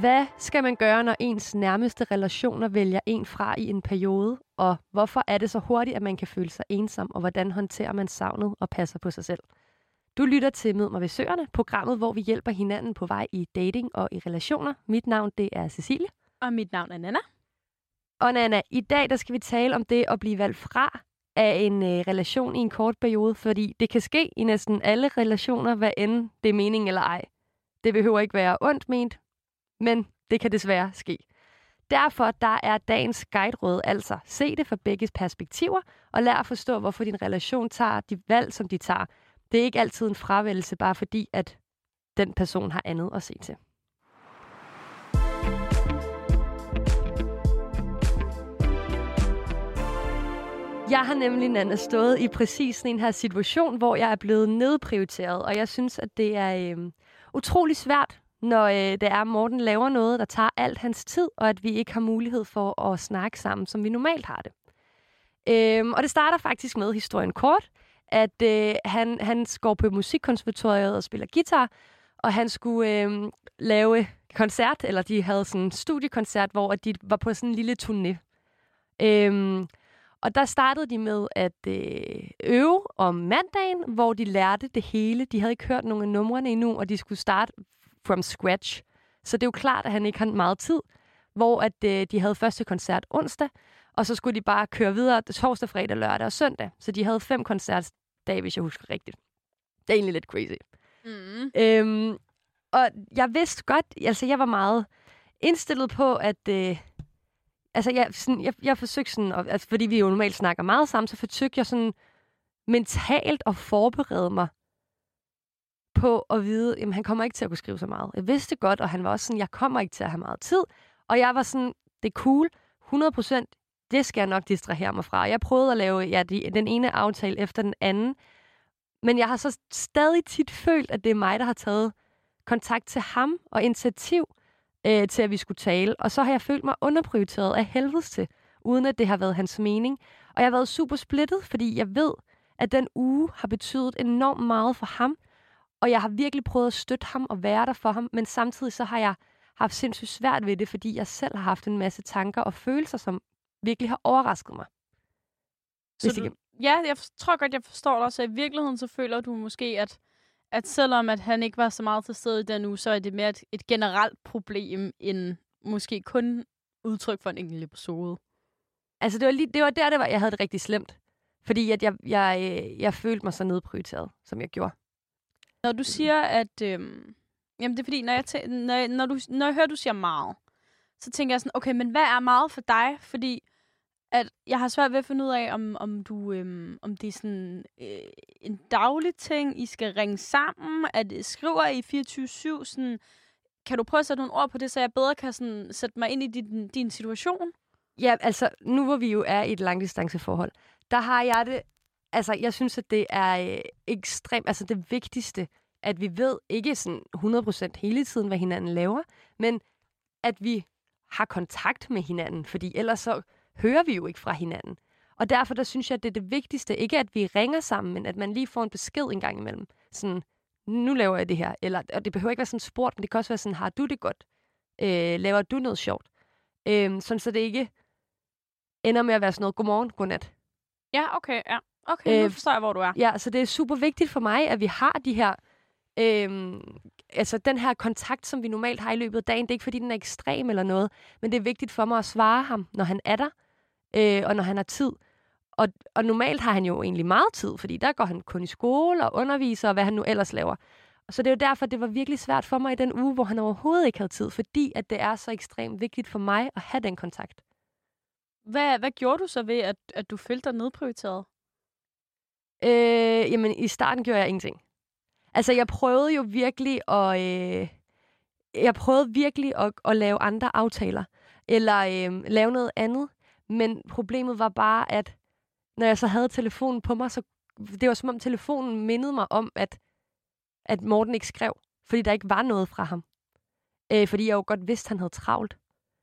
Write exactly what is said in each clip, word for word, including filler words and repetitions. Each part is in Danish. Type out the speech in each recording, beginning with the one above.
Hvad skal man gøre, når ens nærmeste relationer vælger en fra i en periode? Og hvorfor er det så hurtigt, at man kan føle sig ensom? Og hvordan håndterer man savnet og passer på sig selv? Du lytter til Mød mig ved Søerne, programmet, hvor vi hjælper hinanden på vej i dating og i relationer. Mit navn, det er Cecilie. Og mit navn er Nana. Og Nana, i dag der skal vi tale om det at blive valgt fra af en øh, relation i en kort periode, fordi det kan ske i næsten alle relationer, hvad end det er mening eller ej. Det behøver ikke være ondt ment, men det kan desværre ske. Derfor der er dagens guideråd altså se det fra begge perspektiver, og lær at forstå, hvorfor din relation tager de valg, som de tager. Det er ikke altid en fravælgelse, bare fordi, at den person har andet at se til. Jeg har nemlig, Nana, stået i præcis sådan en her situation, hvor jeg er blevet nedprioriteret, og jeg synes, at det er øh, utrolig svært, når øh, det er, at Morten laver noget, der tager alt hans tid, og at vi ikke har mulighed for at snakke sammen, som vi normalt har det. Øhm, og det starter faktisk med historien kort, at øh, han, han går på musikkonservatoriet og spiller guitar, og han skulle øh, lave koncert, eller de havde sådan en studiekoncert, hvor de var på sådan en lille turné. Øhm, og der startede de med at øh, øve om mandagen, hvor de lærte det hele. De havde ikke hørt nogen af numrene endnu, og de skulle starte from scratch. Så det er jo klart, at han ikke har meget tid, hvor at, øh, de havde første koncert onsdag, og så skulle de bare køre videre torsdag, fredag, lørdag og søndag. Så de havde fem koncertdage, hvis jeg husker rigtigt. Det er egentlig lidt crazy. Mm. Øhm, og jeg vidste godt, altså jeg var meget indstillet på, at øh, altså jeg, sådan, jeg, jeg forsøgte sådan, og, altså, fordi vi jo normalt snakker meget sammen, så forsøgte jeg sådan mentalt at forberede mig på at vide, jamen han kommer ikke til at kunne skrive så meget. Jeg vidste godt, og han var også sådan, jeg kommer ikke til at have meget tid. Og jeg var sådan, det er cool, hundrede procent, det skal jeg nok distrahere mig fra. Jeg prøvede at lave ja, de, den ene aftale efter den anden, men jeg har så stadig tit følt, at det er mig, der har taget kontakt til ham og initiativ øh, til, at vi skulle tale. Og så har jeg følt mig underprioriteret af helvedes til, uden at det har været hans mening. Og jeg har været super splittet, fordi jeg ved, at den uge har betydet enormt meget for ham. Og jeg har virkelig prøvet at støtte ham og være der for ham, men samtidig så har jeg haft sindssygt svært ved det, fordi jeg selv har haft en masse tanker og følelser, som virkelig har overrasket mig. Så du, ja, jeg tror godt, jeg forstår dig. Så i virkeligheden så føler du måske, at, at selvom at han ikke var så meget til stede i den uge, så er det mere et, et generelt problem, end måske kun udtryk for en enkelt episode. Altså det var, lige, det var der, det var, jeg havde det rigtig slemt. Fordi at jeg, jeg, jeg, jeg følte mig så nedprioriteret, som jeg gjorde. Når du siger, at... Øhm, jamen, det er fordi, når jeg, tæ- når, jeg, når, du, når jeg hører, du siger meget, så tænker jeg sådan, okay, men hvad er meget for dig? Fordi at jeg har svært ved at finde ud af, om, om, du, øhm, om det er sådan øh, en daglig ting, I skal ringe sammen, at skriver I fireogtyve syv, sådan, kan du prøve at sætte nogle ord på det, så jeg bedre kan sådan, sætte mig ind i din, din situation? Ja, altså, nu hvor vi jo er i et langdistanceforhold, der har jeg det... Altså, jeg synes, at det er øh, ekstremt, altså det vigtigste, at vi ved ikke sådan hundrede procent hele tiden, hvad hinanden laver, men at vi har kontakt med hinanden, fordi ellers så hører vi jo ikke fra hinanden. Og derfor, der synes jeg, at det er det vigtigste, ikke at vi ringer sammen, men at man lige får en besked en gang imellem. Sådan, nu laver jeg det her. Eller, og det behøver ikke være sådan sport, men det kan også være sådan, har du det godt? Øh, laver du noget sjovt? Øh, sådan, så det ikke ender med at være sådan noget, godmorgen, godnat. Ja, okay, ja. Okay, nu forstår jeg, hvor du er. Ja, så det er super vigtigt for mig, at vi har de her, øhm, altså den her kontakt, som vi normalt har i løbet af dagen. Det er ikke, fordi den er ekstrem eller noget, men det er vigtigt for mig at svare ham, når han er der, øh, og når han har tid. Og, og normalt har han jo egentlig meget tid, fordi der går han kun i skole og underviser, og hvad han nu ellers laver. Så det er jo derfor, det var virkelig svært for mig i den uge, hvor han overhovedet ikke havde tid, fordi at det er så ekstremt vigtigt for mig at have den kontakt. Hvad, hvad gjorde du så ved, at, at du følte dig nedprioriteret? Øh, jamen, i starten gjorde jeg ingenting. Altså, jeg prøvede jo virkelig at... Øh, jeg prøvede virkelig at, at lave andre aftaler. Eller øh, lave noget andet. Men problemet var bare, at når jeg så havde telefonen på mig, så det var som om telefonen mindede mig om, at, at Morten ikke skrev. Fordi der ikke var noget fra ham. Øh, fordi jeg jo godt vidste, at han havde travlt.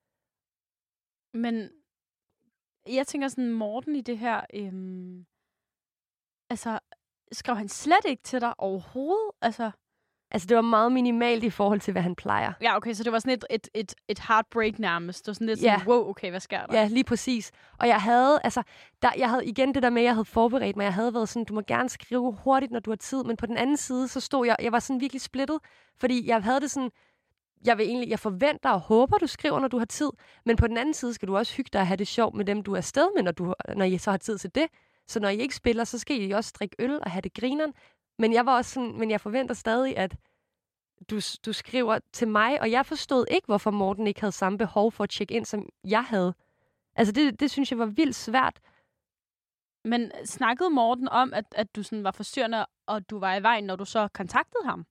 Men jeg tænker sådan, Morten i det her... Øhm Altså, skrev han slet ikke til dig overhovedet? Altså... Altså, det var meget minimalt i forhold til, hvad han plejer. Ja, okay, så det var sådan et, et, et, et heartbreak nærmest. Det var sådan lidt sådan, Ja. wow, okay, hvad sker der? Ja, lige præcis. Og jeg havde, altså, der, jeg havde igen det der med, at jeg havde forberedt mig. Jeg havde været sådan, du må gerne skrive hurtigt, når du har tid. Men på den anden side, så stod jeg, jeg var sådan virkelig splittet. Fordi jeg havde det sådan, jeg vil egentlig, jeg forventer og håber, du skriver, når du har tid. Men på den anden side skal du også hygge dig og have det sjovt med dem, du er afsted med, når, du, når I så har tid til det. Så når I ikke spiller, så skal I også drikke øl og have det grineren. Men jeg var også sådan, men jeg forventer stadig, at du, du skriver til mig, og jeg forstod ikke, hvorfor Morten ikke havde samme behov for at tjekke ind, som jeg havde. Altså, det, det synes jeg var vildt svært. Men snakkede Morten om, at, at du sådan var forstyrrende, og du var i vejen, når du så kontaktede ham?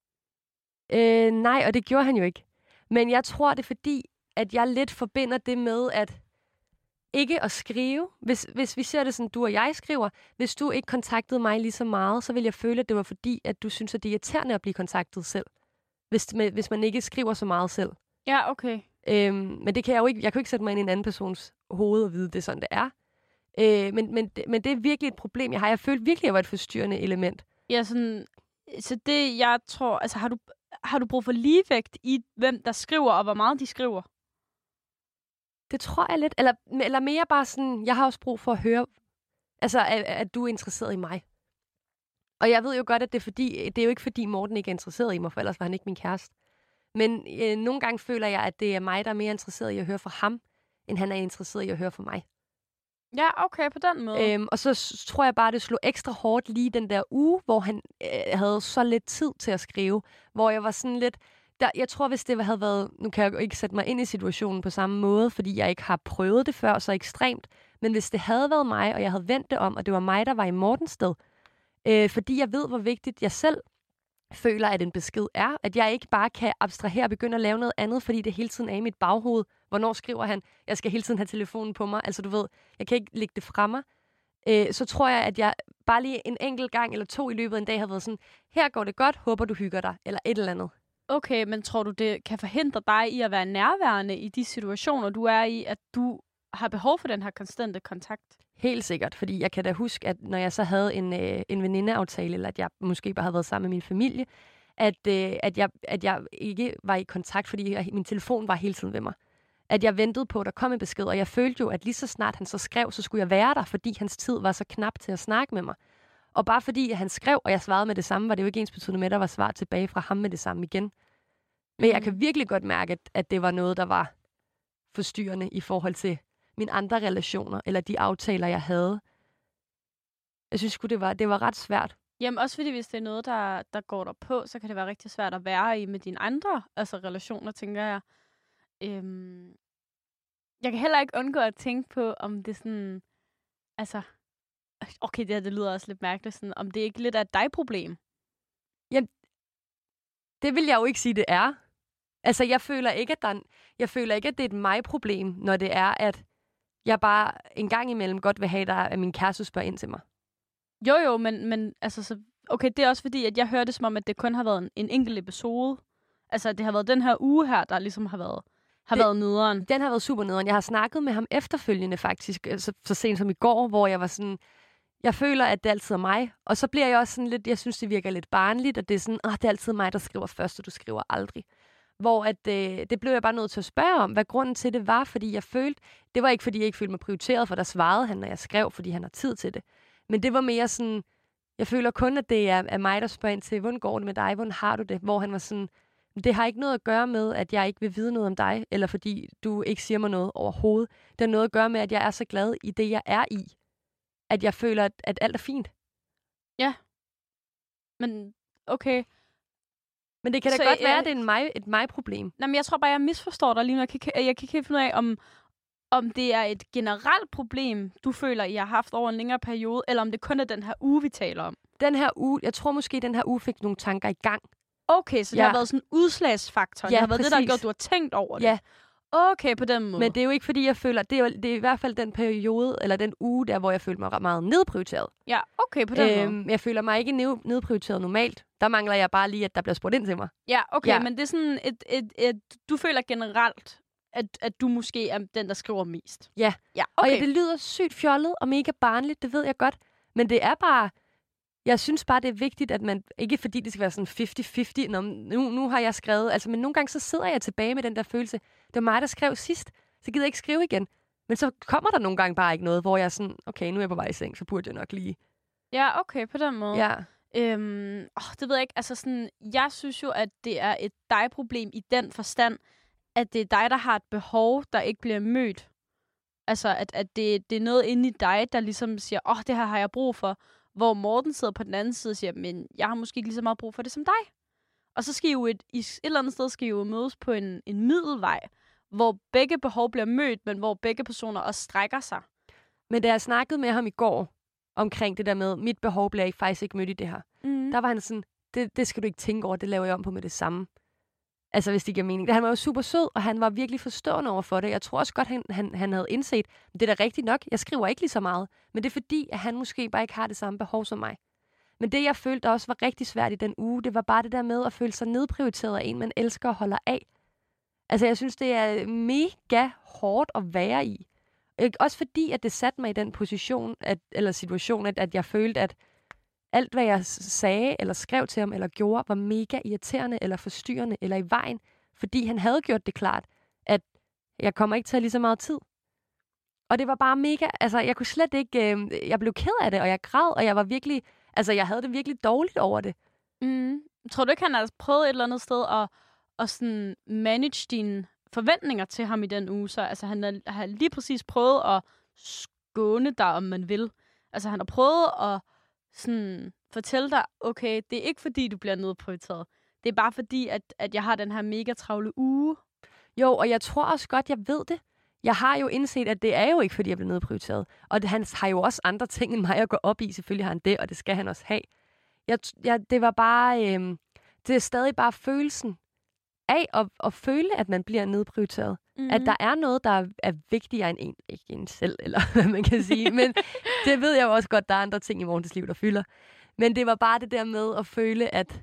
Øh, nej, og det gjorde han jo ikke. Men jeg tror, det er fordi, at jeg lidt forbinder det med, at ikke at skrive. Hvis, hvis vi ser det sådan, du og jeg skriver, hvis du ikke kontaktede mig lige så meget, så vil jeg føle, at det var fordi, at du synes, at det er irriterende at blive kontaktet selv. Hvis, med, hvis man ikke skriver så meget selv. Ja, okay. Øhm, men det kan jeg jo ikke. Jeg kan jo ikke sætte mig ind i en anden persons hoved og vide, det er sådan, det er. Øh, men, men, men det er virkelig et problem, jeg har. Jeg følte virkelig, at jeg var et forstyrrende element. Ja, sådan... Så det, jeg tror... Altså, har du, har du brug for ligevægt i, hvem der skriver, og hvor meget de skriver? Det tror jeg lidt. Eller, eller mere bare sådan, jeg har også brug for at høre, altså, at, at du er interesseret i mig. Og jeg ved jo godt, at det er, fordi, det er jo ikke fordi, Morten ikke er interesseret i mig, for ellers var han ikke min kæreste. Men øh, nogle gange føler jeg, at det er mig, der er mere interesseret i at høre fra ham, end han er interesseret i at høre fra mig. Ja, okay, på den måde. Øhm, og så s- tror jeg bare, det slog ekstra hårdt lige den der uge, hvor han øh, havde så lidt tid til at skrive. Hvor jeg var sådan lidt... Der, jeg tror, hvis det havde været... Nu kan jeg jo ikke sætte mig ind i situationen på samme måde, fordi jeg ikke har prøvet det før så ekstremt. Men hvis det havde været mig, og jeg havde vendt det om, og det var mig, der var i Mortens sted, øh, fordi jeg ved, hvor vigtigt jeg selv føler, at en besked er, at jeg ikke bare kan abstrahere og begynde at lave noget andet, fordi det hele tiden er i mit baghoved. Hvornår skriver han? Jeg skal hele tiden have telefonen på mig. Altså, du ved, jeg kan ikke lægge det fra mig. Øh, så tror jeg, at jeg bare lige en enkelt gang eller to i løbet af en dag har været sådan, her går det godt, håber du hygger dig, eller et eller andet. Okay, men tror du, det kan forhindre dig i at være nærværende i de situationer, du er i, at du har behov for den her konstante kontakt? Helt sikkert, fordi jeg kan da huske, at når jeg så havde en, øh, en venindeaftale, eller at jeg måske bare havde været sammen med min familie, at, øh, at, jeg, at jeg ikke var i kontakt, fordi jeg, min telefon var hele tiden ved mig. At jeg ventede på, at der kom en besked, og jeg følte jo, at lige så snart han så skrev, så skulle jeg være der, fordi hans tid var så knap til at snakke med mig. Og bare fordi han skrev, og jeg svarede med det samme, var det jo ikke ensbetydende med, at der var svar tilbage fra ham med det samme igen. Men jeg kan virkelig godt mærke, at, at det var noget, der var forstyrrende i forhold til mine andre relationer, eller de aftaler, jeg havde. Jeg synes sgu, det var, det var ret svært. Jamen også fordi, hvis det er noget, der, der går der på, så kan det være rigtig svært at være i med dine andre altså relationer, tænker jeg. Øhm, jeg kan heller ikke undgå at tænke på, om det sådan... Altså... Okay, det her det lyder også lidt mærkeligt. Sådan, om det ikke lidt er et dig-problem? Jamen, det vil jeg jo ikke sige, det er. Altså, jeg føler ikke, at, der er, jeg føler ikke, at det er et mig-problem, når det er, at jeg bare en gang imellem godt vil have, der, at min kæreste spørger ind til mig. Jo, jo, men, men altså, så, okay, det er også fordi, at jeg hørte det som om, at det kun har været en, en enkelt episode. Altså, det har været den her uge her, der ligesom har været, har det, været nederen. Den har været super nederen. Jeg har snakket med ham efterfølgende faktisk, så, så sent som i går, hvor jeg var sådan, jeg føler, at det altid er mig. Og så bliver jeg også sådan lidt, jeg synes, det virker lidt barnligt, at det er sådan, åh, det er altid mig, der skriver først, og du skriver aldrig. Hvor at, øh, det blev jeg bare nødt til at spørge om, hvad grunden til det var, fordi jeg følte, det var ikke, fordi jeg ikke følte mig prioriteret, for der svarede han, når jeg skrev, fordi han har tid til det. Men det var mere sådan, jeg føler kun, at det er, er mig, der spørger ind til, hvordan går det med dig, hvordan har du det? Hvor han var sådan, det har ikke noget at gøre med, at jeg ikke vil vide noget om dig, eller fordi du ikke siger mig noget overhovedet. Det har noget at gøre med, at jeg er så glad i det, jeg er i, at jeg føler, at, at alt er fint. Ja. Men, okay. Men det kan da så godt jeg, være, at det er en mig, et mig-problem. Nej, men jeg tror bare, jeg misforstår dig lige nu. Jeg kan, jeg kan ikke helt finde ud af, om, om det er et generelt problem, du føler, I har haft over en længere periode, eller om det kun er den her uge, vi taler om. Den her uge, jeg tror måske, den her uge fik nogle tanker i gang. Okay, så det ja. har været sådan en udslagsfaktor. Ja, det har været præcis. det, der har gjort, du har tænkt over det. Ja. Okay, på den måde. Men det er jo ikke, fordi jeg føler, det er, jo, det er i hvert fald den periode, eller den uge, der hvor jeg følte mig meget nedprioriteret. Ja, okay, på den øhm, måde. Jeg føler mig ikke nedprioriteret normalt. Der mangler jeg bare lige, at der bliver spurgt ind til mig. Ja, okay, ja. men det er sådan et, et, et, du føler generelt, at, at du måske er den, der skriver mest. Ja, ja okay. Okay. Og ja, det lyder sygt fjollet og mega barnligt, det ved jeg godt. Men det er bare, Jeg synes bare, det er vigtigt, at man, ikke fordi det skal være sådan halvtreds halvtreds, Nå, nu, nu har jeg skrevet, altså, men nogle gange så sidder jeg tilbage med den der følelse, det var mig, der skrev sidst, så gider jeg ikke skrive igen. Men så kommer der nogle gange bare ikke noget, hvor jeg er sådan, okay, nu er jeg på vej i seng, så burde jeg nok lige. Ja, okay, på den måde. Ja. Øhm, åh, det ved jeg ikke. Altså sådan, jeg synes jo, at det er et dig-problem i den forstand, at det er dig, der har et behov, der ikke bliver mødt. Altså, at, at det, det er noget inde i dig, der ligesom siger, åh, oh, det her har jeg brug for. Hvor Morten sidder på den anden side og siger, men jeg har måske ikke lige så meget brug for det som dig. Og så skal I jo et, et eller andet sted skal I jo mødes på en, en middelvej, hvor begge behov bliver mødt, men hvor begge personer også strækker sig. Men da jeg snakkede med ham i går, omkring det der med, mit behov bliver ikke faktisk ikke mødt i det her, Mm. der var han sådan, det, det skal du ikke tænke over, det laver jeg om på med det samme. Altså, hvis det giver mening. Han var jo super sød, og han var virkelig forstående over for det. Jeg tror også godt, han, han, han havde indset, det er da rigtigt nok, jeg skriver ikke lige så meget, men det er fordi, at han måske bare ikke har det samme behov som mig. Men det, jeg følte, der også var rigtig svært i den uge, det var bare det der med at føle sig nedprioriteret af en, man elsker og holder af. Altså, jeg synes, det er mega hårdt at være i. Også fordi, at det satte mig i den position, at, eller situation, at, at jeg følte, at alt, hvad jeg sagde, eller skrev til ham, eller gjorde, var mega irriterende, eller forstyrrende, eller i vejen. Fordi han havde gjort det klart, at jeg kommer ikke til at have lige så meget tid. Og det var bare mega, altså jeg kunne slet ikke, øh, jeg blev ked af det, og jeg græd, og jeg var virkelig, altså jeg havde det virkelig dårligt over det. Mm. Tror du ikke, han har prøvet et eller andet sted at, at sådan manage dine forventninger til ham i den uge? Så altså, han har, har lige præcis prøvet at skåne dig, om man vil. Altså han har prøvet at sådan fortælle dig, okay, det er ikke fordi, du bliver nedprioriteret. Det er bare fordi, at, at jeg har den her mega travle uge. Jo, og jeg tror også godt, jeg ved det. Jeg har jo indset, at det er jo ikke, fordi jeg bliver nedprioriteret. Og det, han har jo også andre ting end mig at gå op i. Selvfølgelig har han det, og det skal han også have. Jeg, jeg, det var bare, øh, det er stadig bare følelsen af at, at føle, at man bliver nedprioriteret. Mm-hmm. At der er noget, der er, er vigtigere end en, ikke en selv, eller hvad man kan sige. Men det ved jeg jo også godt, der er andre ting i morgens liv, der fylder. Men det var bare det der med at føle, at,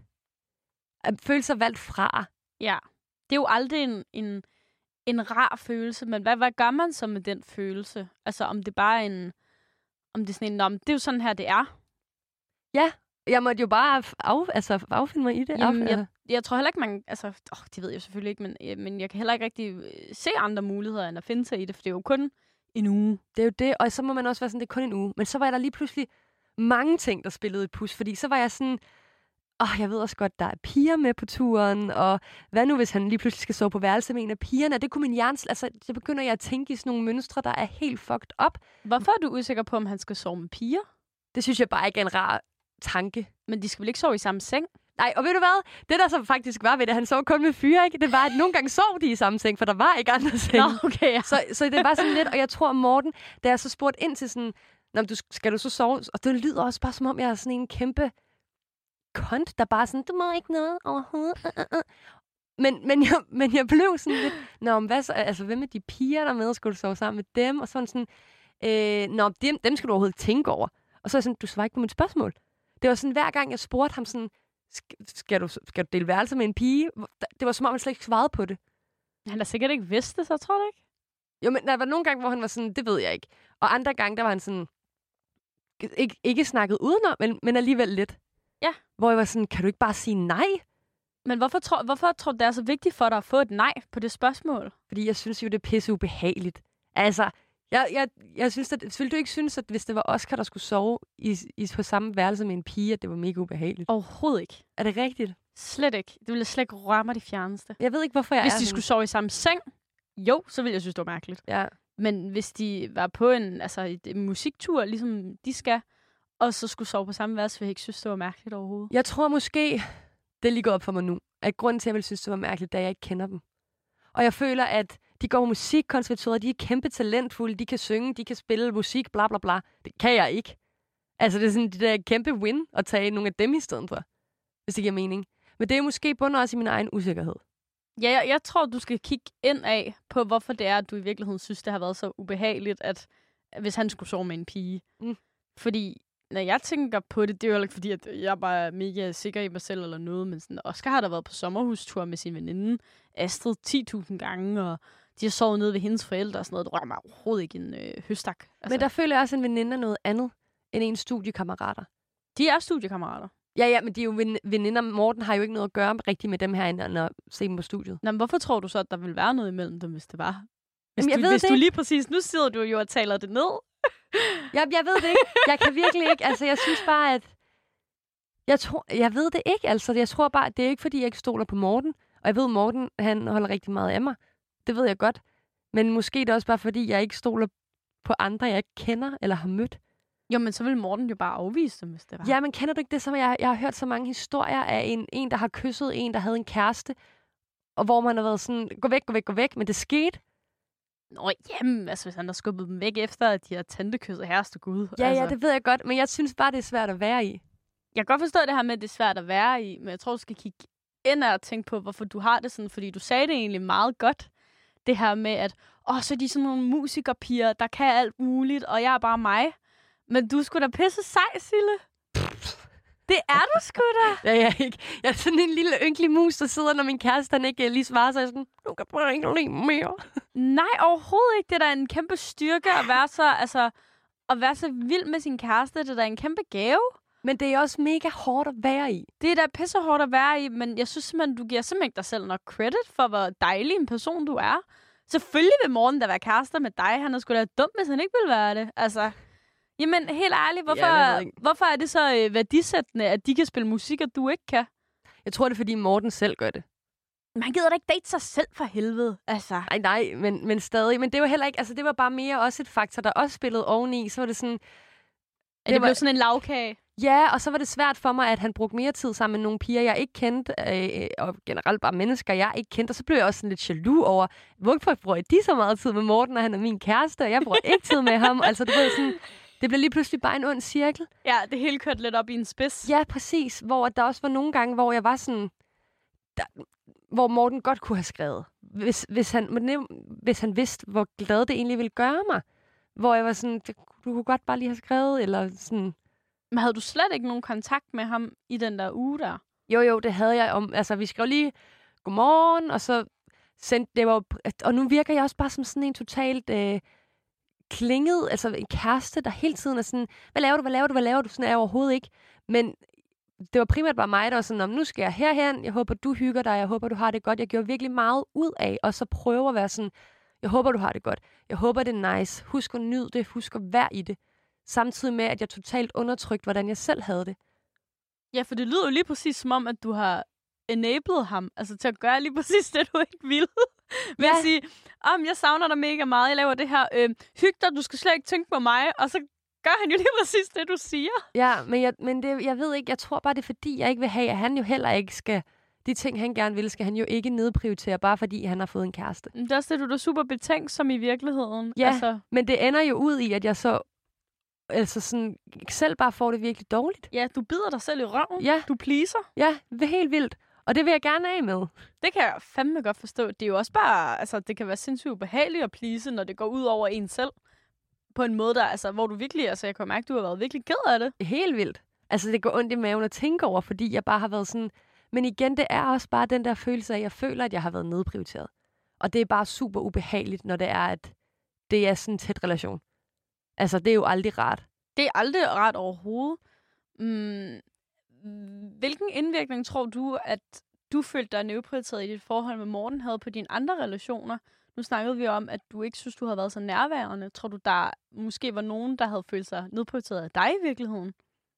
at føle sig valgt fra. Ja, det er jo aldrig en, en, en rar følelse, men hvad, hvad gør man så med den følelse? Altså om det bare er en, om det er sådan en, om det er jo sådan her, det er. Ja, jeg måtte jo bare af, altså, affinde mig i det. Jamen, jeg, jeg tror heller ikke, man... Altså, åh, det ved jeg selvfølgelig ikke, men, men jeg kan heller ikke rigtig se andre muligheder, end at finde sig i det, for det er jo kun en uge. Det er jo det, og så må man også være sådan, det er kun en uge. Men så var der lige pludselig mange ting, der spillede et pus, fordi så var jeg sådan, åh, jeg ved også godt, der er piger med på turen, og hvad nu, hvis han lige pludselig skal sove på værelse med en af pigerne? Det kunne min hjerne... Altså, så begynder jeg at tænke i sådan nogle mønstre, der er helt fucked up. Hvorfor er du usikker på, om han skal sove med piger? Det synes jeg bare ikke er en rar tanke. Men de skal vel ikke sove i samme seng? Nej, og ved du hvad? Det, der så faktisk var ved det, han sov kun med fyre, ikke? Det var, at nogle gange sov de i samme seng, for der var ikke andre seng. Nå, okay, ja. så, så det var sådan lidt, og jeg tror, Morten, da jeg så spurgte ind til sådan, Nå, du, skal du så sove? Og det lyder også bare, som om jeg er sådan en kæmpe kont, der bare sådan, du må ikke noget overhovedet. Uh, uh, uh. Men, men, jeg, men jeg blev sådan lidt, nå, hvad så, altså, hvem er de piger der med? Skulle du sove sammen med dem? Og sådan sådan, øh, nå, dem, dem skal du overhovedet tænke over. Og så er jeg sådan, du svarer ikke på mit spørgsmål. Det var sådan, hver gang jeg spurgte ham sådan, skal du, skal du dele værelse med en pige? Det var som om, han slet ikke svarede på det. Han har sikkert ikke vidst det, så tror du ikke? Jo, men der var nogle gange, hvor han var sådan, det ved jeg ikke. Og andre gange, der var han sådan, ikke, ikke snakket udenom, men, men alligevel lidt. Ja. Hvor jeg var sådan, kan du ikke bare sige nej? Men hvorfor tror, hvorfor tror du, det er så vigtigt for dig at få et nej på det spørgsmål? Fordi jeg synes jo, det er pisse ubehageligt. Altså, jeg, jeg, jeg synes, at, ville du ikke synes, at hvis det var Oscar, der skulle sove i, i, på samme værelse med en pige, at det var mega ubehageligt? Overhovedet ikke. Er det rigtigt? Slet ikke. Det ville slet ikke røre mig det fjerneste. Jeg ved ikke, hvorfor jeg Hvis er de sådan. skulle sove i samme seng, jo, så ville jeg synes, det var mærkeligt. Ja. Men hvis de var på en, altså, et, en musiktur, ligesom de skal, og så skulle sove på samme værelse, ville jeg ikke synes, det var mærkeligt overhovedet. Jeg tror måske, det lige går op for mig nu, at grunden til, at jeg ville synes, det var mærkeligt, da jeg ikke kender dem. Og jeg føler, at de går musikkonservatoriet, de er kæmpe talentfulde, de kan synge, de kan spille musik, bla bla bla. Det kan jeg ikke. Altså, det er sådan det der kæmpe win at tage nogle af dem i stedet for, hvis det giver mening. Men det er måske bundet også i min egen usikkerhed. Ja, jeg, jeg tror, du skal kigge ind af på, hvorfor det er, at du i virkeligheden synes, det har været så ubehageligt, at hvis han skulle sove med en pige. Mm. Fordi når jeg tænker på det, det er jo ikke fordi, at jeg bare er mega sikker i mig selv eller noget, men sådan, Oscar har da været på sommerhustur med sin veninde Astrid ti tusind gange, og de har sovet nede ved hendes forældre og sådan noget. Det rører mig overhovedet ikke en øh, høstak. Altså. Men der føler jeg også, at en veninde er noget andet end en studiekammerater. De er studiekammerater. Ja, ja, men de er jo ven- veninder. Morten har jo ikke noget at gøre rigtigt med dem her, end at se dem på studiet. Nå, men hvorfor tror du så, at der vil være noget imellem dem, hvis det var? Hvis, Jamen, jeg du, ved hvis det du ikke. lige præcis... Nu sidder du jo og taler det ned. Jeg, jeg ved det ikke. Jeg kan virkelig ikke. Altså, jeg synes bare, at... Jeg, tror, jeg ved det ikke, altså. Jeg tror bare, at det er ikke, fordi jeg ikke stoler på Morten. Og jeg ved, Morten, han holder rigtig meget af mig. Det ved jeg godt. Men måske det er også bare, fordi jeg ikke stoler på andre, jeg ikke kender eller har mødt. Jo, men så vil Morten jo bare afvise dem, hvis det var. Ja, men kender du ikke det, som jeg, jeg har hørt så mange historier af en, en, der har kysset en, der havde en kæreste, og hvor man har været sådan, gå væk, gå væk, gå væk, men det skete. Nå, jamen, altså hvis han har skubbet dem væk efter, at de har tantekysset herreste Gud. Ja, altså. ja, det ved jeg godt, men jeg synes bare, det er svært at være i. Jeg kan godt forstå det her med, at det er svært at være i, men jeg tror, du skal kigge ind og tænke på, hvorfor du har det sådan, fordi du sagde det egentlig meget godt. Det her med, at åh, så er de sådan nogle musikerpiger, der kan alt muligt, og jeg er bare mig. Men du er sgu da pisse sej, Sille. Det er du sgu da. Ja, jeg er ikke. Jeg er sådan en lille ynkelig mus, der sidder, når min kæreste han ikke lige svarer, så jeg sådan, du kan bare ikke lide mere. Nej, overhovedet ikke. Det er da en kæmpe styrke at være så, altså, at være så vild med sin kæreste. Det er da en kæmpe gave. Men det er også mega hårdt at være i. Det er da pisse hårdt at være i, men jeg synes simpelthen, du giver simpelthen ikke dig selv nok credit for, hvor dejlig en person du er. Selvfølgelig vil Morten da være kærester med dig. Han er sgu da dum, hvis han ikke vil være det. Altså, jamen helt ærligt, hvorfor, Ja, hvorfor er det så øh, værdisættende, at de kan spille musik, og du ikke kan? Jeg tror, det er, fordi Morten selv gør det. Men han gider da ikke date sig selv for helvede. Altså. Nej, nej, men, men stadig. Men det var heller ikke, altså det var bare mere også et faktor, der også spillede oveni. Så var det sådan... Det, det var, blev sådan en lavkage. Ja, og så var det svært for mig, at han brugte mere tid sammen med nogle piger, jeg ikke kendte, øh, og generelt bare mennesker, jeg ikke kendte. Og så blev jeg også sådan lidt jaloux over, hvorfor bruger de så meget tid med Morten, og han er min kæreste, og jeg bruger ikke tid med ham. Altså, du ved sådan, det blev lige pludselig bare en ond cirkel. Ja, det hele kørte lidt op i en spids. Ja, præcis. Hvor der også var nogle gange, hvor jeg var sådan, der, hvor Morten godt kunne have skrevet, hvis, hvis, han, hvis han vidste, hvor glad det egentlig ville gøre mig. Hvor jeg var sådan, du kunne godt bare lige have skrevet, eller sådan... Men havde du slet ikke nogen kontakt med ham i den der uge der? Jo, jo, det havde jeg. Om, altså, vi skrev lige godmorgen, og så sendte det var, og nu virker jeg også bare som sådan en totalt øh, klinget, altså en kæreste, der hele tiden er sådan, hvad laver du, hvad laver du, hvad laver du? Sådan er jeg overhovedet ikke. Men det var primært bare mig, der var sådan, nu skal jeg herhen, jeg håber, du hygger dig, jeg håber, du har det godt. Jeg gjorde virkelig meget ud af, og så prøve at være sådan, jeg håber, du har det godt. Jeg håber, det er nice. Husk at nyde det, husk at være i det. Samtidig med, at jeg totalt undertrykte, hvordan jeg selv havde det. Ja, for det lyder jo lige præcis som om, at du har enabled ham, altså til at gøre lige præcis det, du ikke ville. Ved ja. At sige, om jeg savner dig mega meget, jeg laver det her, øh, hyg dig, du skal slet ikke tænke på mig, og så gør han jo lige præcis det, du siger. Ja, men, jeg, men det, jeg ved ikke, jeg tror bare, det er fordi, jeg ikke vil have, at han jo heller ikke skal, de ting, han gerne vil, skal han jo ikke nedprioritere, bare fordi han har fået en kæreste. Det er også det, du er super betænksom i virkeligheden. Ja, altså. Men det ender jo ud i, at jeg så altså sådan, selv bare får det virkelig dårligt. Ja, du bider dig selv i røven. Ja. Du pleaser. Ja, det er helt vildt. Og det vil jeg gerne af med. Det kan jeg fandme godt forstå. Det er jo også bare, altså det kan være sindssygt ubehageligt at please, når det går ud over en selv. På en måde, der, altså, hvor du virkelig, altså jeg kan mærke, du har været virkelig ked af det. Helt vildt. Altså det går ondt i maven at tænke over, fordi jeg bare har været sådan... Men igen, det er også bare den der følelse af, at jeg føler, at jeg har været nedprioriteret. Og det er bare super ubehageligt, når det er, at det er sådan en tæt relation. Altså, det er jo aldrig rart. Det er aldrig rart overhovedet. Mm, hvilken indvirkning tror du, at du følte dig nedprioriteret i dit forhold med Morten havde på dine andre relationer? Nu snakkede vi om, at du ikke synes, du havde været så nærværende. Tror du, der måske var nogen, der havde følt sig nedprioriteret af dig i virkeligheden?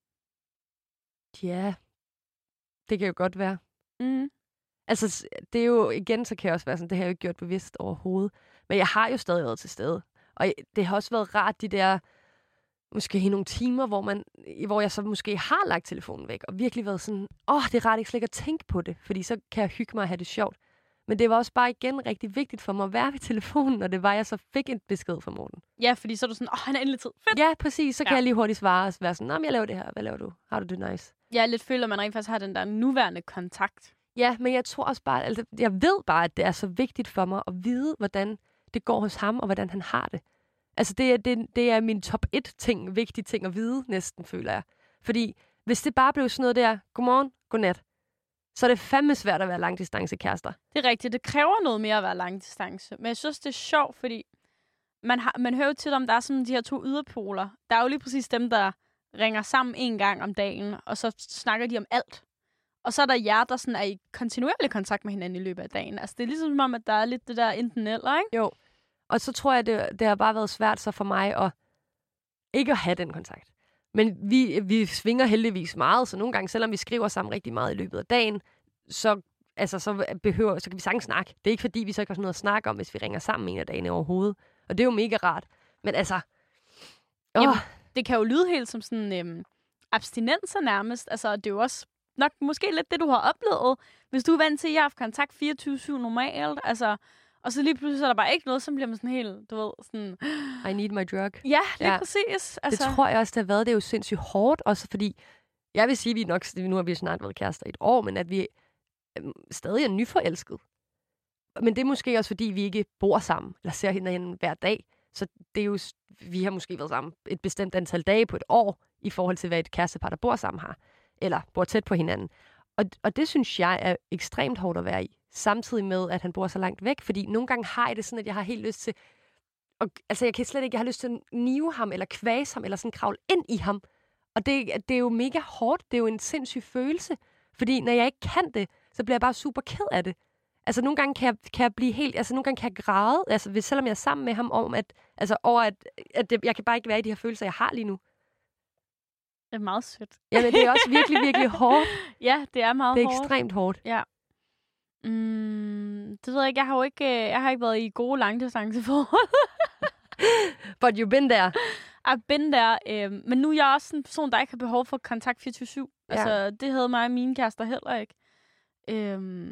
Ja, det kan jo godt være. Mm. Altså, det er jo, igen, så kan jeg også være sådan, det har jeg jo ikke gjort bevidst overhovedet. Men jeg har jo stadig været til stede. Og det har også været rart, de der, måske i nogle timer, hvor, man, hvor jeg så måske har lagt telefonen væk, og virkelig været sådan, åh, oh, det er rart ikke slet ikke at tænke på det, fordi så kan jeg hygge mig og have det sjovt. Men det var også bare igen rigtig vigtigt for mig at være ved telefonen, og det var, jeg så fik en besked fra Morten. Ja, fordi så er du sådan, åh, oh, han er endelig tid. Fedt. Ja, præcis. Så kan ja. jeg lige hurtigt svare og være sådan, nå, men jeg laver det her. Hvad laver du? Har du det nice? Ja, lidt føler, at man rent faktisk har den der nuværende kontakt. Ja, men jeg tror også bare, altså, jeg ved bare, at det er så vigtigt for mig at vide, hvordan det går hos ham, og hvordan han har det. Altså, det er, det, det er min top et ting, vigtige ting at vide, næsten, føler jeg. Fordi hvis det bare blev sådan noget der, godmorgen, godnat, så er det fandme svært at være langdistancekærester. Det er rigtigt. Det kræver noget mere at være langdistance. Men jeg synes, det er sjovt, fordi man, har, man hører jo tit om, der er sådan de her to yderpoler. Der er jo lige præcis dem, der ringer sammen en gang om dagen, og så snakker de om alt. Og så er der jer, der sådan er i kontinuerlig kontakt med hinanden i løbet af dagen. Altså, det er ligesom om, at der er lidt det der enten eller, ikke? Jo. Og så tror jeg, det, det har bare været svært så for mig at ikke at have den kontakt. Men vi, vi svinger heldigvis meget, så nogle gange, selvom vi skriver sammen rigtig meget i løbet af dagen, så, altså, så, behøver, så kan vi sagtens snakke. Det er ikke fordi, vi så ikke har sådan noget at snakke om, hvis vi ringer sammen en af dagene overhovedet. Og det er jo mega rart. Men altså... Åh. Jamen, det kan jo lyde helt som sådan øhm, abstinenser nærmest. Altså, det er jo også nok måske lidt det, du har oplevet. Hvis du er vant til, at jeg har haft kontakt fireogtyve syv normalt, altså... Og så lige pludselig så er der bare ikke noget, som bliver man sådan helt, du ved, sådan... I need my drug. Ja, det er ja. præcis. Altså... Det tror jeg også, det har været. Det er jo sindssygt hårdt, også fordi... Jeg vil sige, at vi nok... Nu har vi snart været kærester i et år, men at vi øhm, stadig er nyforelsket. Men det er måske også, fordi vi ikke bor sammen, eller ser hinanden hver dag. Så det er jo... Vi har måske været sammen et bestemt antal dage på et år, i forhold til, hvad et kærestepar, der bor sammen har. Eller bor tæt på hinanden. Og, og det synes jeg er ekstremt hårdt at være i. Samtidig med, at han bor så langt væk. Fordi nogle gange har jeg det sådan, at jeg har helt lyst til... Og, altså, jeg kan slet ikke... Jeg har lyst til at nive ham, eller kvæse ham, eller sådan kravle ind i ham. Og det, det er jo mega hårdt. Det er jo en sindssyg følelse. Fordi når jeg ikke kan det, så bliver jeg bare super ked af det. Altså, nogle gange kan jeg, kan jeg blive helt... Altså, nogle gange kan jeg græde, altså, hvis, selvom jeg er sammen med ham, om at... Altså, over at... at det, jeg kan bare ikke være i de her følelser, jeg har lige nu. Det er meget sødt. Jamen, det er også virkelig, virkelig hårdt. Ja, det er meget hårdt. Det er hårdt. Ekstremt hårdt. Ja. Mm, det ved jeg ikke. Jeg har jo ikke, jeg har ikke været i gode langdistanceforhold. But you've been there. I've been there. Øh, men nu er jeg også en person, der ikke har behov for kontakt fireogtyve syv. Ja. Altså, det havde mig og mine kærester heller ikke. Øh,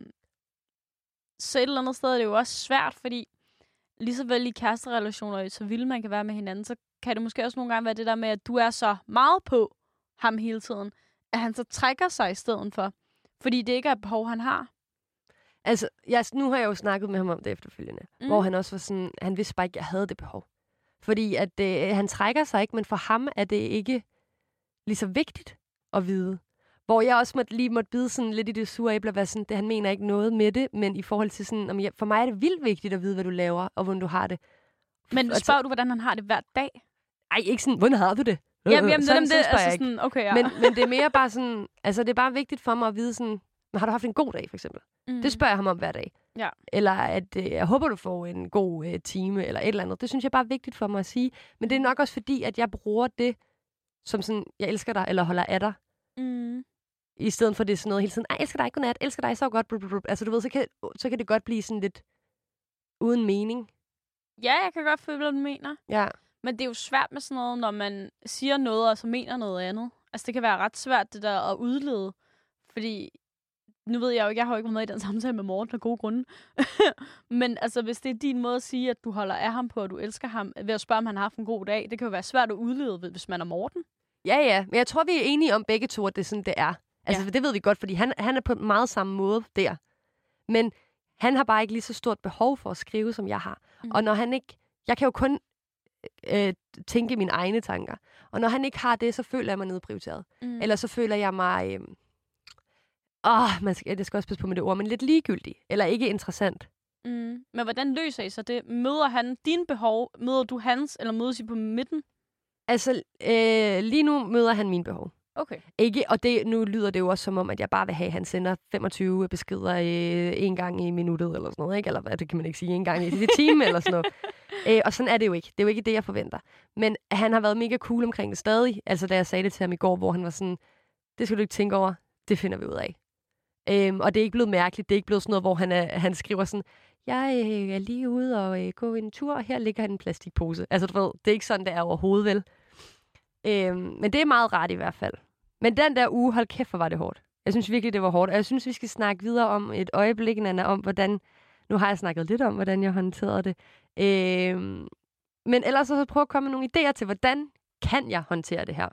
så et eller andet sted er det jo også svært, fordi lige så vel i kæresterelationer, så vildt man kan være med hinanden, så kan det måske også nogle gange være det der med, at du er så meget på ham hele tiden, at han så trækker sig i stedet for. Fordi det ikke er et behov, han har. Altså, jeg, nu har jeg jo snakket med ham om det efterfølgende, mm. hvor han også var sådan, han vidste bare ikke, at jeg havde det behov. Fordi at øh, han trækker sig ikke, men for ham er det ikke lige så vigtigt at vide. Hvor jeg også måtte, lige måtte bide sådan lidt i det sure æble og være sådan, det, han mener ikke noget med det, men i forhold til sådan, om jeg, for mig er det vildt vigtigt at vide, hvad du laver, og hvordan du har det. Men spørger altså, du, hvordan han har det hver dag? Ej, ikke sådan, hvordan har du det? Jamen, jamen sådan, det, det, altså sådan, okay, ja. men, men det er mere bare sådan, altså det er bare vigtigt for mig at vide sådan, har du haft en god dag, for eksempel? Mm. Det spørger jeg ham om hver dag. Ja. Eller at øh, jeg håber, du får en god øh, time, eller et eller andet. Det synes jeg bare er vigtigt for mig at sige. Men det er nok også fordi, at jeg bruger det som sådan, jeg elsker dig, eller holder af dig. Mm. I stedet for det sådan noget hele tiden, jeg elsker dig, godnat, elsker dig så godt. Brr, brr, brr. Altså du ved, så kan, så kan det godt blive sådan lidt uden mening. Ja, jeg kan godt føle, hvad du mener. Ja. Men det er jo svært med sådan noget, når man siger noget, og så mener noget andet. Altså det kan være ret svært, det der at udlede. Fordi nu ved jeg jo ikke, jeg har jo ikke været med i den samtale med Morten af gode grunde. Men altså, hvis det er din måde at sige, at du holder af ham på, og du elsker ham, ved at spørge, om han har haft en god dag, det kan jo være svært at udlede, hvis man er Morten. Ja, ja. Men jeg tror, vi er enige om begge to, at det er sådan, det er. Altså, ja. Det ved vi godt, fordi han, han er på meget samme måde der. Men han har bare ikke lige så stort behov for at skrive, som jeg har. Mm. Og når han ikke... Jeg kan jo kun øh, tænke mine egne tanker. Og når han ikke har det, så føler jeg mig nedprioriteret. Mm. Eller så føler jeg mig... Øh, Åh, man skal, det skal også passe på med det ord, men lidt ligegyldig. Eller ikke interessant. Mm. Men hvordan løser I så det? Møder han dine behov? Møder du hans? Eller mødes I på midten? Altså, øh, lige nu møder han mine behov. Okay. Ikke, og det, nu lyder det jo også som om, at jeg bare vil have, at han sender femogtyve beskeder øh, en gang i minuttet, eller sådan noget, ikke? Eller hvad, det kan man ikke sige, en gang i det time, eller sådan noget. Øh, og sådan er det jo ikke. Det er jo ikke det, jeg forventer. Men han har været mega cool omkring det stadig. Altså, da jeg sagde det til ham i går, hvor han var sådan, det skal du ikke tænke over, det finder vi ud af. Øhm, og det er ikke blevet mærkeligt. Det er ikke blevet sådan noget, hvor han, er, han skriver sådan, jeg øh, er lige ude og øh, gå en tur, og her ligger en plastikpose. Altså, du ved, det er ikke sådan, det er overhovedet, vel? Øhm, men det er meget rart i hvert fald. Men den der uge, hold kæft, hvor var det hårdt. Jeg synes virkelig, det var hårdt. Og jeg synes, vi skal snakke videre om et øjeblik, Nanna, om hvordan... Nu har jeg snakket lidt om, hvordan jeg håndterede det. Øhm, men ellers så prøv at komme med nogle idéer til, hvordan kan jeg håndtere det her?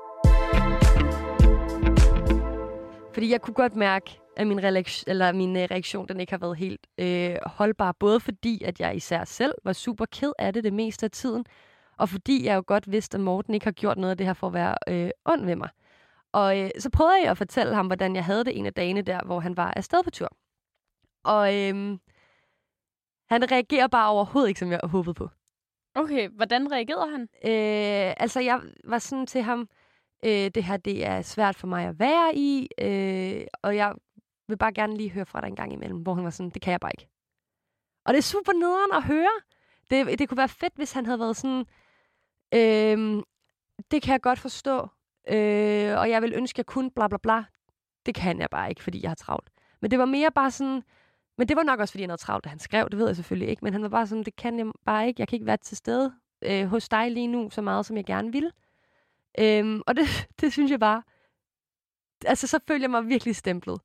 Fordi jeg kunne godt mærke, at min, reaktion, eller min reaktion den ikke har været helt øh, holdbar. Både fordi, at jeg især selv var super ked af det det meste af tiden, og fordi jeg jo godt vidste, at Morten ikke har gjort noget af det her for at være øh, ond ved mig. Og øh, så prøvede jeg at fortælle ham, hvordan jeg havde det en af dagene der, hvor han var afsted på tur. Og øh, han reagerer bare overhovedet ikke, som jeg håbede på. Okay, hvordan reagerede han? Øh, altså, jeg var sådan til ham... Øh, det her, det er svært for mig at være i, øh, og jeg vil bare gerne lige høre fra dig en gang imellem, hvor han var sådan, det kan jeg bare ikke. Og det er super nederen at høre. Det, det kunne være fedt, hvis han havde været sådan, øh, det kan jeg godt forstå, øh, og jeg vil ønske, jeg kunne bla bla bla. Det kan jeg bare ikke, fordi jeg har travlt. Men det var mere bare sådan, men det var nok også, fordi han havde travlt, da han skrev, det ved jeg selvfølgelig ikke, men han var bare sådan, det kan jeg bare ikke, jeg kan ikke være til stede øh, hos dig lige nu, så meget, som jeg gerne vil. Øhm, og det, det synes jeg bare, altså så føler jeg mig virkelig stemplet.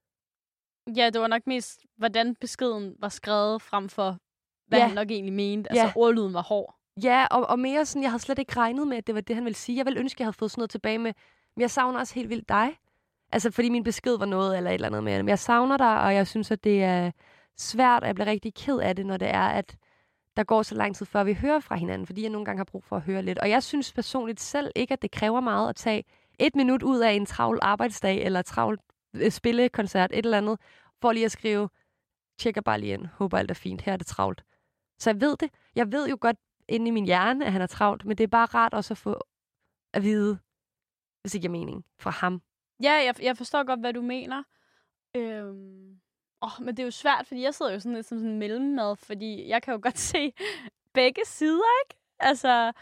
Ja, det var nok mest, hvordan beskeden var skrevet, frem for, hvad ja. han nok egentlig mente. Altså, ja. ordlyden var hård. Ja, og, og mere sådan, jeg havde slet ikke regnet med, at det var det, han ville sige. Jeg ville ønske, jeg havde fået sådan noget tilbage med, men jeg savner også helt vildt dig. Altså, fordi min besked var noget, eller et eller andet med det. Men jeg savner dig, og jeg synes, at det er svært, og jeg bliver rigtig ked af det, når det er, at der går så lang tid, før vi hører fra hinanden, fordi jeg nogle gange har brug for at høre lidt. Og jeg synes personligt selv ikke, at det kræver meget at tage et minut ud af en travl arbejdsdag, eller travl øh, spillekoncert, et eller andet, for lige at skrive, tjekker bare lige ind, håber alt er fint, her er det travlt. Så jeg ved det. Jeg ved jo godt inde i min hjerne, at han er travlt, men det er bare rart også at få at vide, hvis ikke jeg mening, fra ham. Ja, jeg, jeg forstår godt, hvad du mener. Øhm... Oh, men det er jo svært, fordi jeg sidder jo sådan lidt som sådan en mellemmad, fordi jeg kan jo godt se begge sider, ikke? Altså,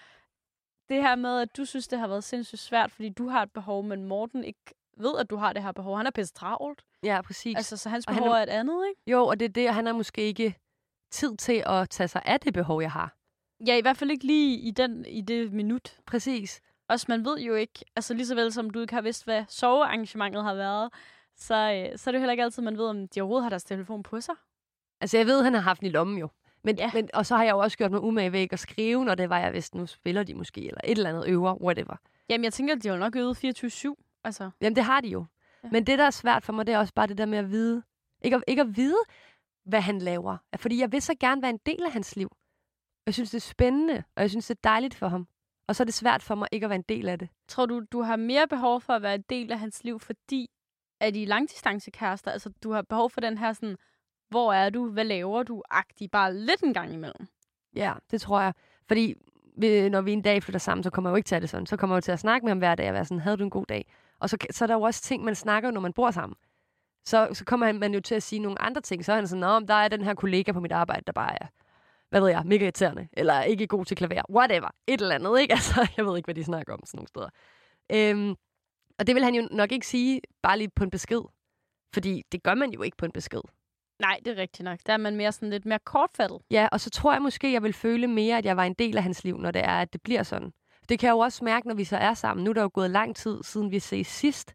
det her med, at du synes, det har været sindssygt svært, fordi du har et behov, men Morten ikke ved, at du har det her behov. Han er pisse travlt. Ja, præcis. Altså, så hans behov er, er et andet, ikke? Jo, og det er det, og han har måske ikke tid til at tage sig af det behov, jeg har. Ja, i hvert fald ikke lige i, den, i det minut. Præcis. Også man ved jo ikke, altså lige så vel som du ikke har vidst, hvad sovearrangementet har været, så, øh, så er det jo heller ikke altid, man ved, om de overhovedet har deres telefon på sig. Altså, jeg ved, at han har haft den i lommen jo. Men, ja. men, og så har jeg jo også gjort mig umage ved ikke at skrive, når det var, jeg vidste, nu spiller de måske, eller et eller andet øver, whatever. Jamen, jeg tænker, at de har nok øvet fireogtyve syv. Altså. Jamen, det har de jo. Ja. Men det, der er svært for mig, det er også bare det der med at vide, ikke at, ikke at vide, hvad han laver. Fordi jeg vil så gerne være en del af hans liv. Jeg synes, det er spændende, og jeg synes, det er dejligt for ham. Og så er det svært for mig ikke at være en del af det. Tror du, du har mere behov for at være en del af hans liv, fordi at I langdistancekærester, altså du har behov for den her sådan, hvor er du, hvad laver du, agtig, bare lidt en gang imellem? Ja, det tror jeg. Fordi vi, når vi en dag flytter sammen, så kommer jeg jo ikke til at det sådan. Så kommer jeg jo til at snakke med ham hver dag og være sådan, havde du en god dag? Og så, så er der jo også ting, man snakker, når man bor sammen. Så, så kommer man jo til at sige nogle andre ting. Så er han sådan, nå, der er den her kollega på mit arbejde, der bare er, hvad ved jeg, mega irriterende, eller ikke god til klaver, whatever, et eller andet, ikke? Altså, jeg ved ikke, hvad de snakker om sådan nogle steder. Øhm, og det vil han jo nok ikke sige bare lige på en besked, fordi det gør man jo ikke på en besked. Nej, det er rigtigt nok. Der er man mere sådan lidt mere kortfattet. Ja, og så tror jeg måske, jeg vil føle mere, at jeg var en del af hans liv, når det er, at det bliver sådan. Det kan jeg jo også mærke, når vi så er sammen. Nu er der jo gået lang tid, siden vi ses sidst.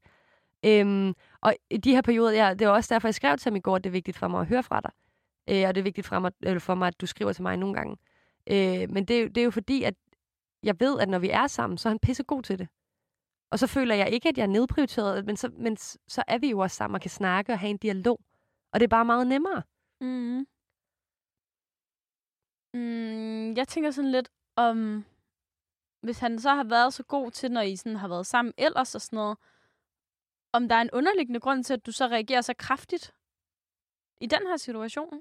Øhm, og i de her perioder, ja, det var også derfor, jeg skrev til ham i går, at det er vigtigt for mig at høre fra dig. Øh, og det er vigtigt for mig, eller for mig, at du skriver til mig nogle gange. Øh, men det, det er jo fordi, at jeg ved, at når vi er sammen, så er han pissegod til det. Og så føler jeg ikke, at jeg er nedprioriteret, men så, men så er vi jo også sammen og kan snakke og have en dialog. Og det er bare meget nemmere. Mm. Mm, jeg tænker sådan lidt om, hvis han så har været så god til, når I sådan har været sammen ellers og sådan noget, om der er en underliggende grund til, at du så reagerer så kraftigt i den her situation?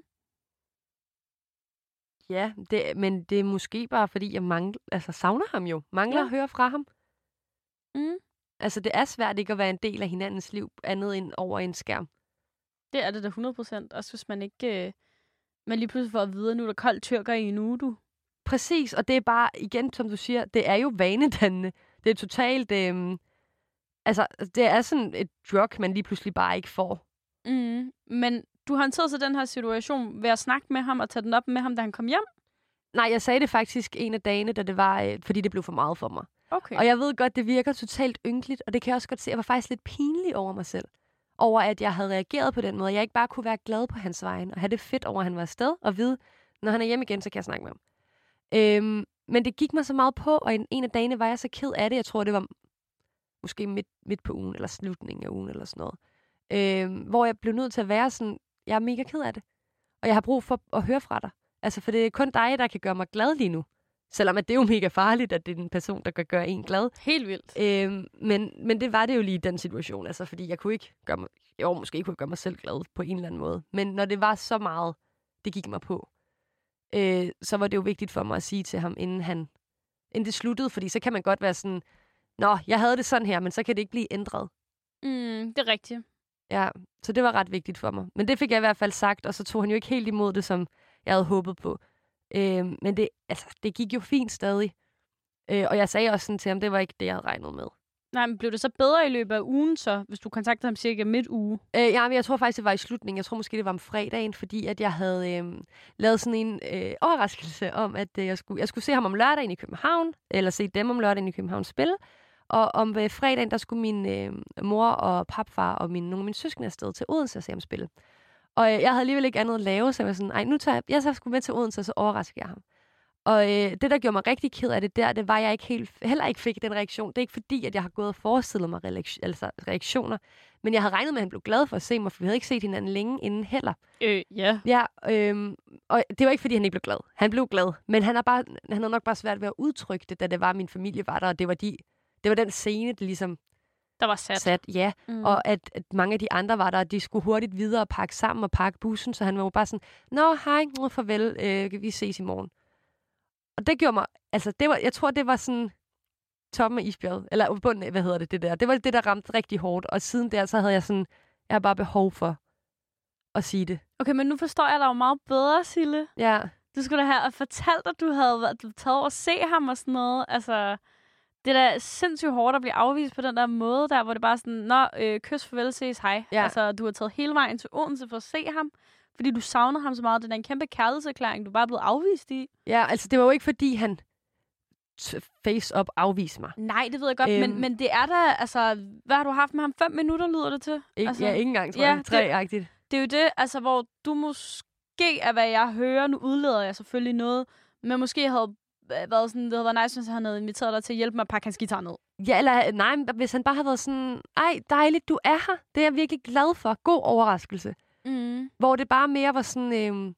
Ja, det, men det er måske bare, fordi jeg mangler, altså, savner ham jo. Mangler ja. at høre fra ham. Mm. Altså, det er svært ikke at være en del af hinandens liv, andet end over en skærm. Det er det da hundrede procent. Også hvis man ikke... Øh, man lige pludselig får at vide, at nu er der koldt tyrker i en uge, du. Præcis, og det er bare, igen, som du siger, det er jo vanedannende. Det er totalt... Øh, altså, det er sådan et drug, man lige pludselig bare ikke får. Mm. Men du håndterede så den her situation ved at snakke med ham og tage den op med ham, da han kom hjem? Nej, jeg sagde det faktisk en af dagene, da det var, øh, fordi det blev for meget for mig. Okay. Og jeg ved godt, det virker totalt ynkeligt, og det kan jeg også godt se. Jeg var faktisk lidt pinlig over mig selv. Over at jeg havde reageret på den måde. Jeg ikke bare kunne være glad på hans vegne og have det fedt over, at han var afsted og vide, når han er hjemme igen, så kan jeg snakke med ham. Øhm, men det gik mig så meget på, og en, en af dagene var jeg så ked af det. Jeg tror, det var måske midt, midt på ugen, eller slutningen af ugen, eller sådan noget. Øhm, hvor jeg blev nødt til at være sådan, jeg er mega ked af det. Og jeg har brug for at høre fra dig. Altså, for det er kun dig, der kan gøre mig glad lige nu. Selvom at det er jo mega farligt, at det er en person, der kan gøre en glad. Helt vildt. Øhm, men, men det var det jo lige i den situation. Altså, fordi jeg kunne ikke gøre mig... Jo, måske ikke kunne gøre mig selv glad på en eller anden måde. Men når det var så meget, det gik mig på, øh, så var det jo vigtigt for mig at sige til ham, inden han... Inden det sluttede, fordi så kan man godt være sådan... nå, jeg havde det sådan her, men så kan det ikke blive ændret. Mm, det er rigtigt. Ja, så det var ret vigtigt for mig. Men det fik jeg i hvert fald sagt, og så tog han jo ikke helt imod det, som jeg havde håbet på. Øh, men det, altså, det gik jo fint stadig. Øh, og jeg sagde også sådan til ham, det var ikke det, jeg havde regnet med. Nej, men blev det så bedre i løbet af ugen så, hvis du kontaktede ham cirka midt uge? Øh, ja, men jeg tror faktisk, det var i slutningen. Jeg tror måske, det var om fredagen, fordi at jeg havde øh, lavet sådan en øh, overraskelse om, at øh, jeg, skulle, jeg skulle se ham om lørdagen i København, eller se dem om lørdagen i København spille. Og om øh, fredagen, der skulle min øh, mor og papfar og min, nogle af mine søskende afsted til Odense og se ham spille. Og øh, jeg havde alligevel ikke andet at lave, så jeg var sådan, ej, nu tager jeg, jeg så skulle med til Odense, og så overrasker jeg ham. Og øh, det, der gjorde mig rigtig ked af det der, det var, at jeg ikke helt, heller ikke fik den reaktion. Det er ikke fordi, at jeg har gået og forestillet mig reaktion, altså reaktioner, men jeg havde regnet med, at han blev glad for at se mig, for vi havde ikke set hinanden længe inden heller. Øh, ja. Ja, øh, og det var ikke, fordi han ikke blev glad. Han blev glad, men han, er bare, han havde nok bare svært ved at udtrykke det, da det var, min familie var der, og det var, de, det var den scene, det ligesom der var sat. sat ja. Mm. Og at, at mange af de andre var der, og de skulle hurtigt videre og pakke sammen og pakke bussen, så han var jo bare sådan, nå, hej, nå, farvel, øh, vi ses i morgen. Og det gjorde mig, altså det var, jeg tror, det var sådan toppen af isbjerget, eller bunden af, hvad hedder det, det der. Det var det, der ramte rigtig hårdt, og siden der, så havde jeg sådan, jeg har bare behov for at sige det. Okay, men nu forstår jeg dig jo meget bedre, Sille. Ja. Du skulle da have fortalt, at du havde været, du taget over at se ham og sådan noget. Altså, det er da sindssygt hårdt at blive afvist på den der måde der, hvor det bare sådan, nå, øh, kys, farvel, ses, hej. Ja. Altså, du har taget hele vejen til Odense for at se ham, fordi du savner ham så meget. Det er en kæmpe kærlighedserklæring, du bare er blevet afvist i. Ja, altså det var jo ikke, fordi han face-up afviste mig. Nej, det ved jeg godt, øhm, men, men det er da, altså, hvad har du haft med ham? Fem minutter lyder det til? Ikke, altså, ja, ikke engang, tror ja, jeg. Tre-agtigt. Det, det er jo det, altså, hvor du måske, af hvad jeg hører, nu udleder jeg selvfølgelig noget, men måske havde været sådan, det havde været nice, hvis han havde inviteret dig til at hjælpe mig at pakke hans guitar ned. Ja, eller nej, hvis han bare havde været sådan, ej, dejligt, du er her. Det er jeg virkelig glad for. God overraskelse. Mm. Hvor det bare mere var sådan, øh,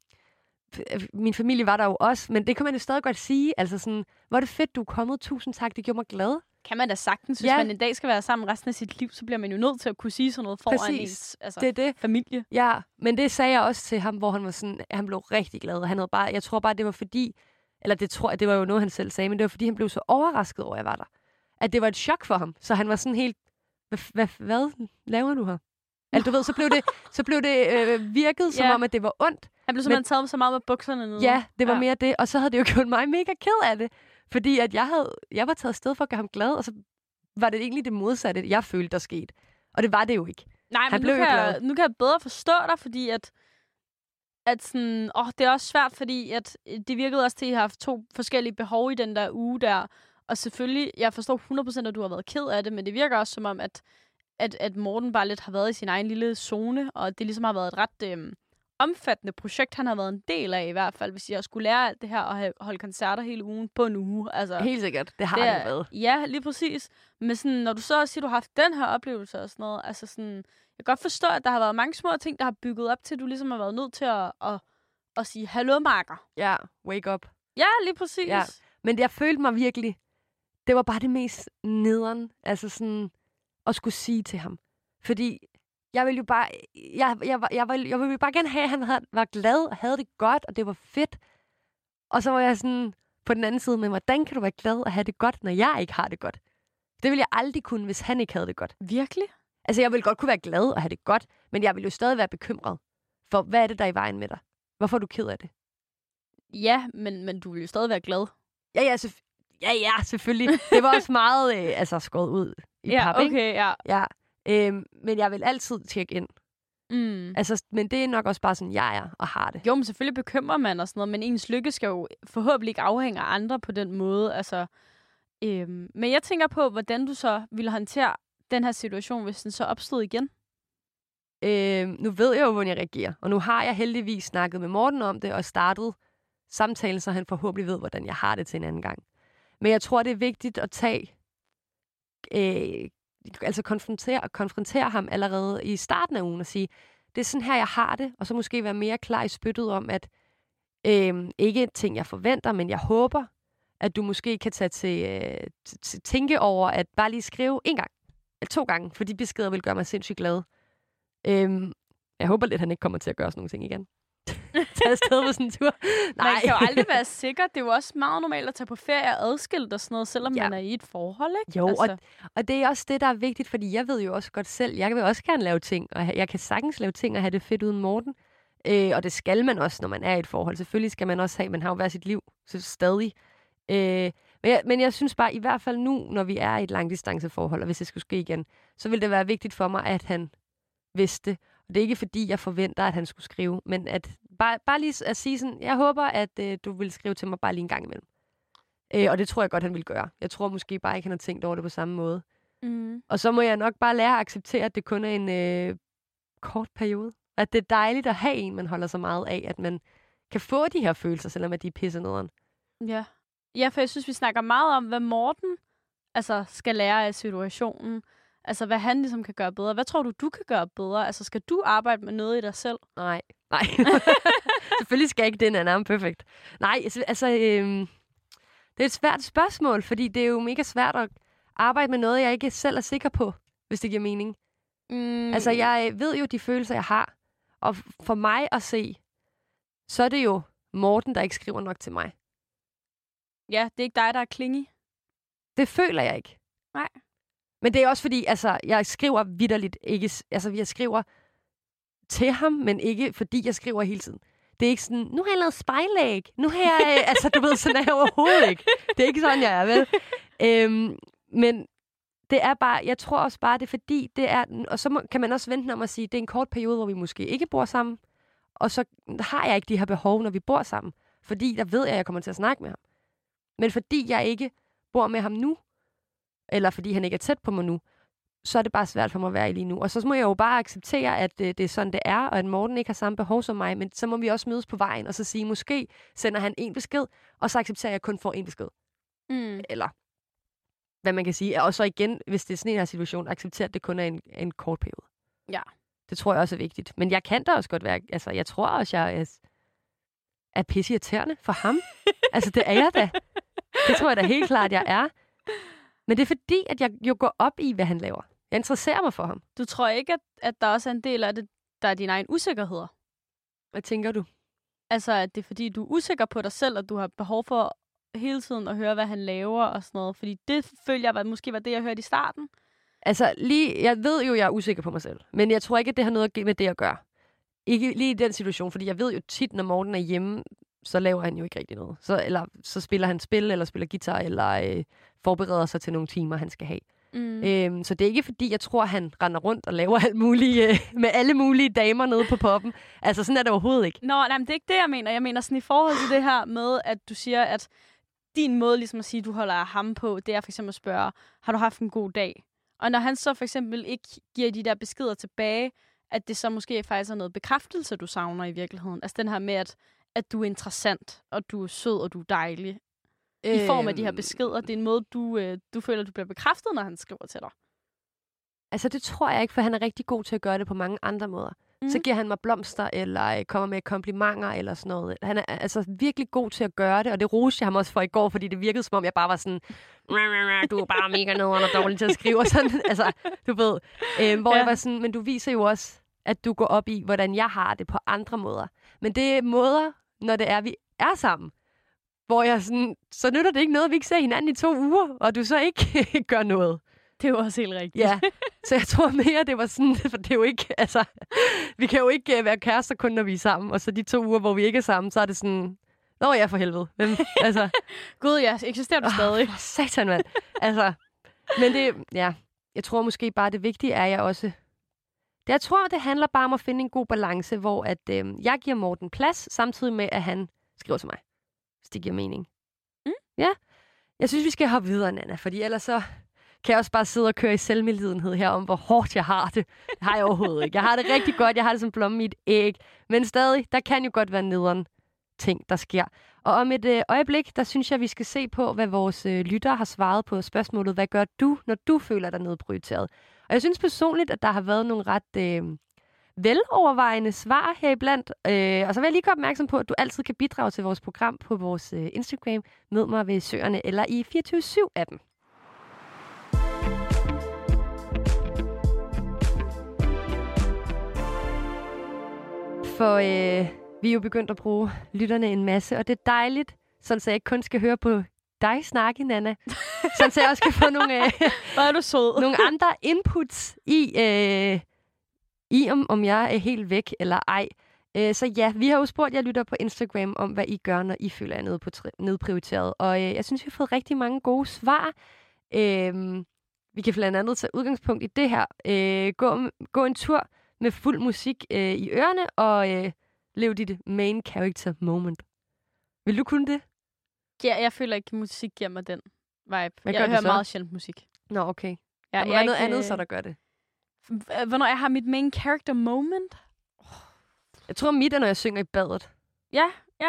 min familie var der jo også, men det kan man jo stadig godt sige. Altså sådan, hvor er det fedt, du er kommet. Tusind tak, det gjorde mig glad. Kan man da sagtens. Hvis ja. man en dag skal være sammen resten af sit liv, så bliver man jo nødt til at kunne sige sådan noget foran Præcis. ens altså, det er det. familie. Ja, men det sagde jeg også til ham, hvor han var sådan, han blev rigtig glad. Han havde bare, jeg tror bare, det var fordi, eller det tror jeg, det var jo noget, han selv sagde, men det var fordi, han blev så overrasket over, at jeg var der. At det var et chok for ham. Så han var sådan helt, hvad, hvad, hvad laver du her? Altså, du ved, så blev det, så blev det øh, virket, som ja. om, at det var ondt. Han blev simpelthen taget så meget med bukserne nede. Ja, det var ja. mere det. Og så havde det jo gjort mig mega ked af det. Fordi at jeg, havde, jeg var taget afsted for at gøre ham glad, og så var det egentlig det modsatte, jeg følte, der skete. Og det var det jo ikke. Nej, men nu kan, jeg, nu kan jeg bedre forstå dig, fordi at, at sådan, åh, det er også svært, fordi at det virkede også til, at I har haft to forskellige behov i den der uge der. Og selvfølgelig, jeg forstår hundrede procent, at du har været ked af det, men det virker også som om, at At, at Morten bare lidt har været i sin egen lille zone, og det ligesom har været et ret øhm, omfattende projekt, han har været en del af i hvert fald, hvis jeg skulle lære alt det her og have, holde koncerter hele ugen på en uge. Altså, helt sikkert, det har det, det været. Ja, lige præcis. Men sådan, når du så også siger, at du har haft den her oplevelse og sådan noget, altså sådan, jeg kan godt forstå, at der har været mange små ting, der har bygget op til, at du ligesom har været nødt til at, at, at sige, hallo, Marker. Ja, wake up. Ja, lige præcis. Ja. Men jeg følte mig virkelig, det var bare det mest nederen, altså sådan, at skulle sige til ham. Fordi jeg ville jo bare, jeg, jeg, jeg, jeg, jeg ville bare gerne have, at han havde, var glad og havde det godt, og det var fedt. Og så var jeg sådan på den anden side med, hvordan kan du være glad og have det godt, når jeg ikke har det godt? Det ville jeg aldrig kunne, hvis han ikke havde det godt. Virkelig? Altså, jeg ville godt kunne være glad og have det godt, men jeg ville jo stadig være bekymret for, hvad er det, der er i vejen med dig? Hvorfor er du ked af det? Ja, men, men du ville jo stadig være glad. Ja, ja, selvf- ja, ja, selvfølgelig. Det var også meget øh, altså, skåret ud i ja, pap, okay, ja. Ja, øhm, men jeg vil altid tjekke ind. Mm. Altså, men det er nok også bare sådan, jeg er og har det. Jo, men selvfølgelig bekymrer man og sådan noget, men ens lykke skal jo forhåbentlig ikke afhænge af andre på den måde. Altså, øhm, men jeg tænker på, hvordan du så ville håndtere den her situation, hvis den så opstod igen. Øhm, nu ved jeg jo, hvordan jeg reagerer. Og nu har jeg heldigvis snakket med Morten om det og startet samtalen, så han forhåbentlig ved, hvordan jeg har det til en anden gang. Men jeg tror, det er vigtigt at tage, øh, altså konfrontere, konfrontere ham allerede i starten af ugen og sige, det er sådan her, jeg har det, og så måske være mere klar i spyttet om, at øh, ikke ting, jeg forventer, men jeg håber, at du måske kan tage til, øh, til tænke over, at bare lige skrive en gang, eller to gange, for de beskeder vil gøre mig sindssygt glad. Øh, jeg håber lidt, at han ikke kommer til at gøre sådan nogle ting igen. tage afsted på sådan en tur. Nej. Man kan jo aldrig være sikker. Det er jo også meget normalt at tage på ferie og adskilt og sådan noget, selvom ja. man er i et forhold, ikke? Jo, altså. og, og det er også det, der er vigtigt, fordi jeg ved jo også godt selv, jeg vil også gerne lave ting, og jeg kan sagtens lave ting og have det fedt uden Morten. Øh, og det skal man også, når man er i et forhold. Selvfølgelig skal man også have, man har jo været sit liv så stadig. Øh, men, jeg, men jeg synes bare, i hvert fald nu, når vi er i et langdistanceforhold, og hvis det skulle ske igen, så vil det være vigtigt for mig, at han vidste. Og det er ikke fordi, jeg forventer, at han skulle skrive, men at bare, bare lige at sige sådan, jeg håber, at øh, du vil skrive til mig bare lige en gang imellem. Øh, og det tror jeg godt, han vil gøre. Jeg tror måske bare ikke, han har tænkt over det på samme måde. Mm. Og så må jeg nok bare lære at acceptere, at det kun er en øh, kort periode. At det er dejligt at have en, man holder så meget af, at man kan få de her følelser, selvom at de er pisse nederen. Ja. Ja, for jeg synes, vi snakker meget om, hvad Morten altså, skal lære af situationen. Altså, hvad han ligesom kan gøre bedre. Hvad tror du, du kan gøre bedre? Altså, skal du arbejde med noget i dig selv? Nej. Nej. Selvfølgelig skal jeg ikke det, Nana. I'm perfect. Nej, altså, øhm, det er et svært spørgsmål, fordi det er jo mega svært at arbejde med noget, jeg ikke selv er sikker på, hvis det giver mening. Mm. Altså, jeg ved jo de følelser, jeg har. Og for mig at se, så er det jo Morten, der ikke skriver nok til mig. Ja, det er ikke dig, der er klingy. Det føler jeg ikke. Nej. Men det er også fordi, altså, jeg skriver vitterligt ikke... Altså, jeg skriver til ham, men ikke fordi jeg skriver hele tiden. Det er ikke sådan, nu har jeg lavet spejlæg. Nu har jeg... altså, du ved, sådan er jeg overhovedet ikke. Det er ikke sådan, jeg er, vel? øhm, men det er bare... Jeg tror også bare, det er fordi, det er... Og så må, kan man også vente om at sige, det er en kort periode, hvor vi måske ikke bor sammen. Og så har jeg ikke de her behov, når vi bor sammen. Fordi der ved jeg, at jeg kommer til at snakke med ham. Men fordi jeg ikke bor med ham nu, eller fordi han ikke er tæt på mig nu, så er det bare svært for mig at være i lige nu. Og så må jeg jo bare acceptere, at det, det er sådan, det er, og at Morten ikke har samme behov som mig, men så må vi også mødes på vejen, og så sige, måske sender han en besked, og så accepterer jeg, at jeg kun får en besked. Mm. Eller hvad man kan sige. Og så igen, hvis det er sådan en her situation, acceptere, at det kun er en, en kort periode. Ja. Det tror jeg også er vigtigt. Men jeg kan da også godt være, altså jeg tror også, jeg er, er pisseirriterende for ham. Altså det er jeg da. Det tror jeg da helt klart, jeg er. Men det er fordi, at jeg jo går op i, hvad han laver. Jeg interesserer mig for ham. Du tror ikke, at, at der også er en del af det, der er dine egne usikkerheder? Hvad tænker du? Altså, at det er fordi, du er usikker på dig selv, og du har behov for hele tiden at høre, hvad han laver og sådan noget. Fordi det følger jeg, måske var det, jeg hørte i starten. Altså, lige, jeg ved jo, jeg er usikker på mig selv. Men jeg tror ikke, at det har noget med det at gøre. Ikke lige i den situation, fordi jeg ved jo tit, når Morten er hjemme, så laver han jo ikke rigtig noget. Så, eller så spiller han spil, eller spiller guitar, eller øh, forbereder sig til nogle timer, han skal have. Mm. Øhm, så det er ikke fordi, jeg tror, han render rundt og laver alt muligt øh, med alle mulige damer nede på poppen. Altså, sådan er det overhovedet ikke. Nå, nej, men det er ikke det, jeg mener. Jeg mener sådan i forhold til det her med, at du siger, at din måde ligesom at sige, at du holder af ham på, det er for eksempel at spørge, har du haft en god dag? Og når han så for eksempel ikke giver de der beskeder tilbage, at det så måske faktisk er noget bekræftelse, du savner i virkeligheden. Altså den her med, at, at du er interessant, og du er sød, og du er dejlig. I form af de her beskeder. Det er en måde, du, øh, du føler, du bliver bekræftet, når han skriver til dig. Altså, det tror jeg ikke, for han er rigtig god til at gøre det på mange andre måder. Mm. Så giver han mig blomster, eller øh, kommer med komplimenter, eller sådan noget. Han er altså virkelig god til at gøre det, og det roste jeg ham også for i går, fordi det virkede, som om jeg bare var sådan, du er bare mega nederen og dårlig til at skrive, og sådan, altså, du ved. Øh, hvor ja. jeg var sådan, men du viser jo også, at du går op i, hvordan jeg har det på andre måder. Men det er måder, når det er, vi er sammen. Hvor jeg sådan, så nytter det ikke noget, at vi ikke ser hinanden i to uger, og du så ikke gør noget. Det er jo også helt rigtigt. Ja, så jeg tror mere, det var sådan, for det er jo ikke, altså, vi kan jo ikke uh, være kærester kun, når vi er sammen, og så de to uger, hvor vi ikke er sammen, så er det sådan, nå ja, for helvede. Hvem, altså, Gud, ja, eksisterer du stadig? Oh, satan, mand. Altså, men det, ja, jeg tror måske bare, det vigtige er jeg også, det, jeg tror, det handler bare om at finde en god balance, hvor at, øh, jeg giver Morten plads, samtidig med, at han skriver til mig. Hvis det giver mening. Mm. Ja. Jeg synes, vi skal hoppe videre, Nana, fordi ellers så kan jeg også bare sidde og køre i selvmedlidenhed her om, hvor hårdt jeg har det. Det har jeg overhovedet ikke. Jeg har det rigtig godt. Jeg har det som blomme i et æg. Men stadig, der kan jo godt være nederen ting, der sker. Og om et øh, øjeblik, der synes jeg, vi skal se på, hvad vores øh, lyttere har svaret på spørgsmålet. Hvad gør du, når du føler dig nedprioriteret? Og jeg synes personligt, at der har været nogle ret øh, velovervejende svar her iblandt. Øh, og så vil jeg lige gøre opmærksom på, at du altid kan bidrage til vores program på vores øh, Instagram. Mød mig ved Søerne eller i fireogtyve syv-appen. For øh, Vi er jo begyndt at bruge lytterne en masse, og det er dejligt, sådan så jeg ikke kun skal høre på dig snakke, Nanna. Sådan så jeg også kan få nogle, øh, Hvor er du sød. nogle andre inputs i, øh, i om, om jeg er helt væk eller ej. Øh, så ja, vi har jo spurgt jer lytter på Instagram om, hvad I gør, når I føler jer nedprioriteret. Og øh, jeg synes, vi har fået rigtig mange gode svar. Øh, vi kan blandt andet tage udgangspunkt i det her. Øh, gå, gå en tur med fuld musik øh, i ørerne og øh, lev dit main character moment. Vil du kunne det? Ja, jeg føler ikke, at musik giver mig den vibe. Hvad jeg gør hører så? meget sjældent musik. Nå, okay. Ja, der må jeg være noget ikke, andet, så der gør det. Hvornår jeg har mit main character moment? Jeg tror, mit er, når jeg synger i badet. Ja, ja.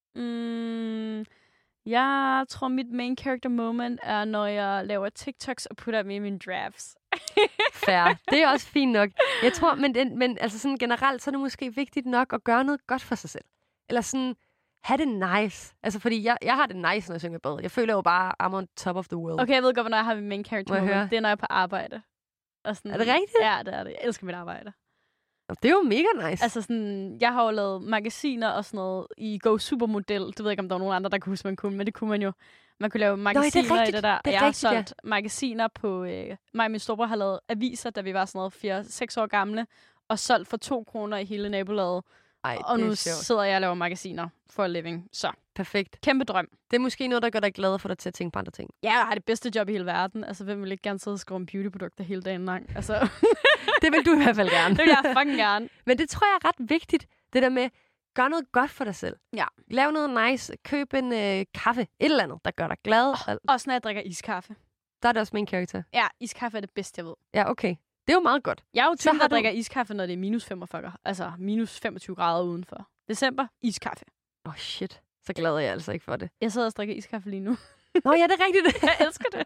Mm, jeg tror, mit main character moment er, når jeg laver TikToks og putter dem i mine drafts. Fair. Det er også fint nok. Jeg tror, men, den, men altså sådan generelt, så er det måske vigtigt nok at gøre noget godt for sig selv. Eller sådan, have det nice. Altså, fordi jeg, jeg har det nice, når jeg synger i badet. Jeg føler jo bare, I'm on top of the world. Okay, jeg ved godt, hvornår jeg har mit main character moment. Høre? Det er, når jeg er på arbejde. Og sådan, er det rigtigt? Ja, det er det. Jeg elsker mit arbejde. Det er jo mega nice. Altså sådan, jeg har jo lavet magasiner og sådan noget i Go Supermodel. Det ved jeg ikke, om der var nogen andre, der kunne huske, man kunne, men det kunne man jo. Man kunne lave magasiner Nå, i det der. Det er jeg har rigtigt, solgt ja. magasiner på... Øh, mig og min storebror har lavet aviser, da vi var sådan noget fire seks år gamle, og solgt for to kroner i hele nabolaget. Ej, og nu sjovt. sidder jeg og laver magasiner for a living. Så. Perfekt. Kæmpe drøm. Det er måske noget, der gør dig glad for dig til at tænke på andre ting. Ja, jeg har det bedste job i hele verden. Altså, hvem vil ikke gerne sidde og skrive om beautyprodukter hele dagen lang? Altså. Det vil du i hvert fald gerne. Det vil jeg fucking gerne. Men det tror jeg er ret vigtigt. Det der med, gør noget godt for dig selv. Ja. Lav noget nice. Køb en øh, kaffe. Et eller andet, der gør dig glad. Oh, også når jeg drikker iskaffe. Der er det også min karakter. Ja, iskaffe er det bedste, jeg ved. Ja, okay. Det er jo meget godt. Jeg er jo typen, der du... drikker iskaffe, når det er minus femogfyrre. Altså minus femogtyve grader udenfor. December, iskaffe. Åh, oh, shit. Så glad er jeg altså ikke for det. Jeg sidder og drikker iskaffe lige nu. Nå ja, det er rigtigt. Jeg elsker det.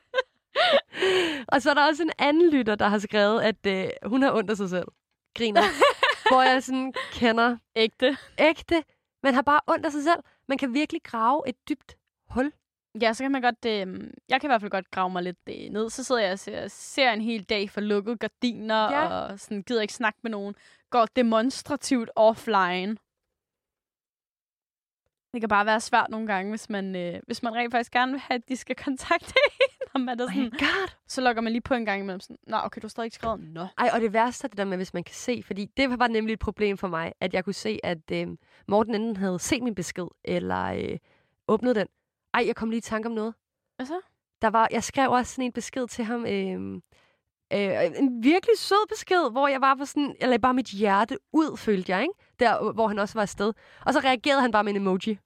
Og så er der også en anden lytter, der har skrevet, at øh, hun har ondt af sig selv. Griner. Hvor jeg sådan kender... Ægte. Ægte. Man har bare ondt af sig selv. Man kan virkelig grave et dybt hul. Ja, så kan man godt... Øh, jeg kan i hvert fald godt grave mig lidt øh, ned. Så sidder jeg og ser, ser en hel dag for lukkede gardiner, ja. og sådan, gider ikke snakke med nogen. Går demonstrativt offline. Det kan bare være svært nogle gange, hvis man, øh, hvis man rent faktisk gerne vil have, at de skal kontakte en. Når man er sådan, oh God. Så logger man lige på en gang imellem sådan, nå, okay, du har stadig ikke skrevet. Nå. Ej, og det værste er det der med, hvis man kan se, fordi det var nemlig et problem for mig, at jeg kunne se, at øh, Morten enten havde set min besked, eller øh, åbnet den. Ej, jeg kom lige i tanke om noget. Hvad så? Der var, jeg skrev også sådan en besked til ham, øh, øh, en virkelig sød besked, hvor jeg var på sådan, jeg lagde bare mit hjerte ud, følte jeg, ikke? Der, hvor han også var afsted. Og så reagerede han bare med en emoji.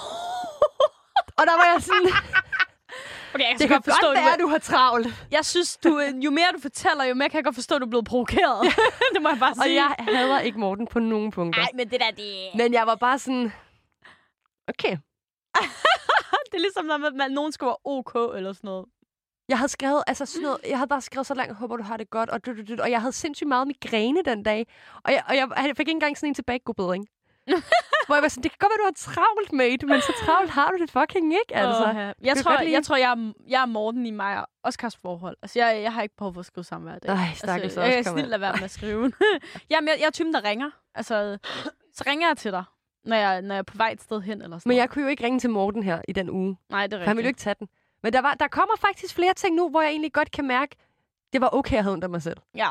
Og der var jeg sådan... Okay, jeg det kan godt forstå, godt være, at du har travlt. Jeg synes, du, jo mere du fortæller, jo mere kan jeg godt forstå, at du er blevet provokeret. Det må jeg bare sige. Og jeg hader ikke Morten på nogen punkter. Nej, men det der, det... Men jeg var bare sådan... Okay. Det er ligesom, når man, nogen skulle være ok eller sådan noget. Jeg havde skrevet, altså sådan noget, jeg havde bare skrevet så langt, håber du har det godt, og, du, du, du, og jeg havde sindssygt meget migræne den dag. Og jeg, og jeg, jeg fik ikke engang sådan en tilbage god bedring. Hvor jeg var sådan, det kan godt være, du har travlt, mate, men så travlt har du det fucking ikke, altså. Oh, ja. Jeg, tror, jeg tror, jeg er, jeg er Morten i mig og Oscars forhold. Altså, jeg, jeg har ikke behov for at skrive sammen hver dag. Ej, stakkels altså, jeg kan snildt lade være med at skrive. Jamen, jeg, jeg er typen, der ringer. Altså, så ringer jeg til dig, når jeg, når jeg er på vej et sted hen eller sådan Men jeg noget. kunne jo ikke ringe til Morten her i den uge. Nej, det er rigtigt. Han ville jo ikke tage den. Men der, var, der kommer faktisk flere ting nu, hvor jeg egentlig godt kan mærke, det var okay at have ondt af mig selv. Ja.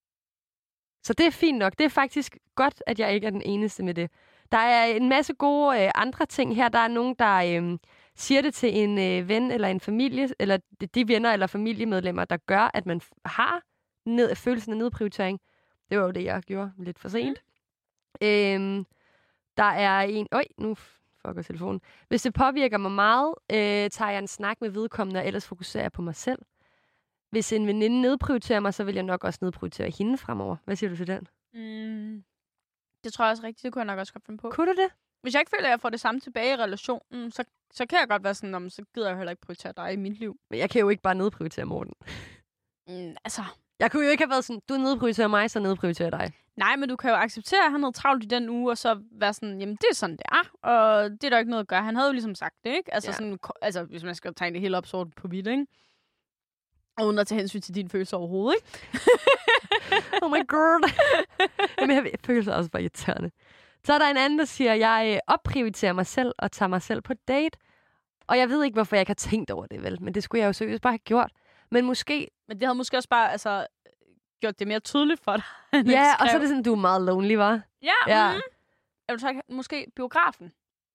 Så det er fint nok. Det er faktisk godt, at jeg ikke er den eneste med det. Der er en masse gode øh, andre ting her. Der er nogen, der øh, siger det til en øh, ven eller en familie, eller de venner eller familiemedlemmer, der gør, at man har ned, følelsen af nedprioritering. Det var jo det, jeg gjorde lidt for sent. Mm. Øhm, der er en... Øj, nu fucker telefonen. Hvis det påvirker mig meget, øh, tager jeg en snak med vedkommende, og ellers fokuserer jeg på mig selv. Hvis en veninde nedprioriterer mig, så vil jeg nok også nedprioritere hende fremover. Hvad siger du til den? Mm. Det tror jeg også rigtigt. Det kunne jeg nok også godt finde på. Kunne du det? Hvis jeg ikke føler, at jeg får det samme tilbage i relationen, så, så kan jeg godt være sådan, om så gider jeg heller ikke prioritere dig i mit liv. Men jeg kan jo ikke bare nedprioritere Morten. Mm, altså... Jeg kunne jo ikke have været sådan, du nedprioriterer mig, så nedprioriterer dig. Nej, men du kan jo acceptere, at han havde travlt i den uge, og så være sådan, jamen det er sådan, det er. Og det er der ikke noget at gøre. Han havde jo ligesom sagt det, ikke? Altså, ja. sådan, altså hvis man skal tegne det hele op sort på hvidt, ikke? Og uden at tage hensyn til dine følelser overhovedet, ikke? Oh my god. Jamen, jeg føler sig også bare irriterende. Så er der en anden, der siger, at jeg øh, opprioriterer mig selv og tager mig selv på date. Og jeg ved ikke, hvorfor jeg ikke har tænkt over det, vel? Men det skulle jeg jo seriøst bare have gjort. Men måske... Men det havde måske også bare altså, gjort det mere tydeligt for dig. Ja, og så er det sådan, du er meget lonely, var. Ja, ja. Mm. Jeg vil tage måske biografen.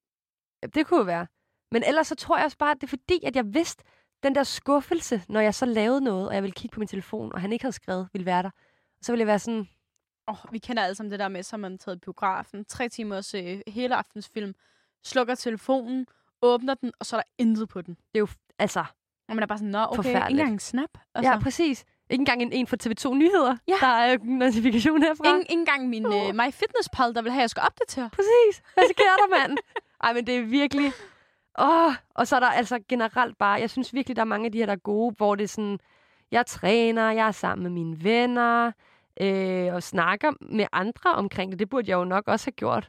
Ja, det kunne jo være. Men ellers så tror jeg også bare, at det er fordi, at jeg vidste, den der skuffelse, når jeg så lavede noget, og jeg ville kigge på min telefon, og han ikke havde skrevet, ville være der. Så ville jeg være sådan... Oh, vi kender alle sammen det der med, så man taget biografen, tre timers øh, hele aftensfilm, slukker telefonen, åbner den, og så er der intet på den. Det er jo, altså... Og man er bare sådan, nå, okay, ikke engang en snap. Altså. Ja, præcis. Ikke engang en, en fra T V to Nyheder, ja. Der er en notifikation herfra. Ingen, ikke engang min uh, MyFitnessPal, der vil have, at jeg skal opdatere. Præcis. Hvad sker der, mand? Ej, men det er virkelig... Åh, oh, og så er der altså generelt bare... Jeg synes virkelig, der er mange af de her, der er gode, hvor det er sådan... Jeg træner, jeg er sammen med mine venner, øh, og snakker med andre omkring det. Det burde jeg jo nok også have gjort.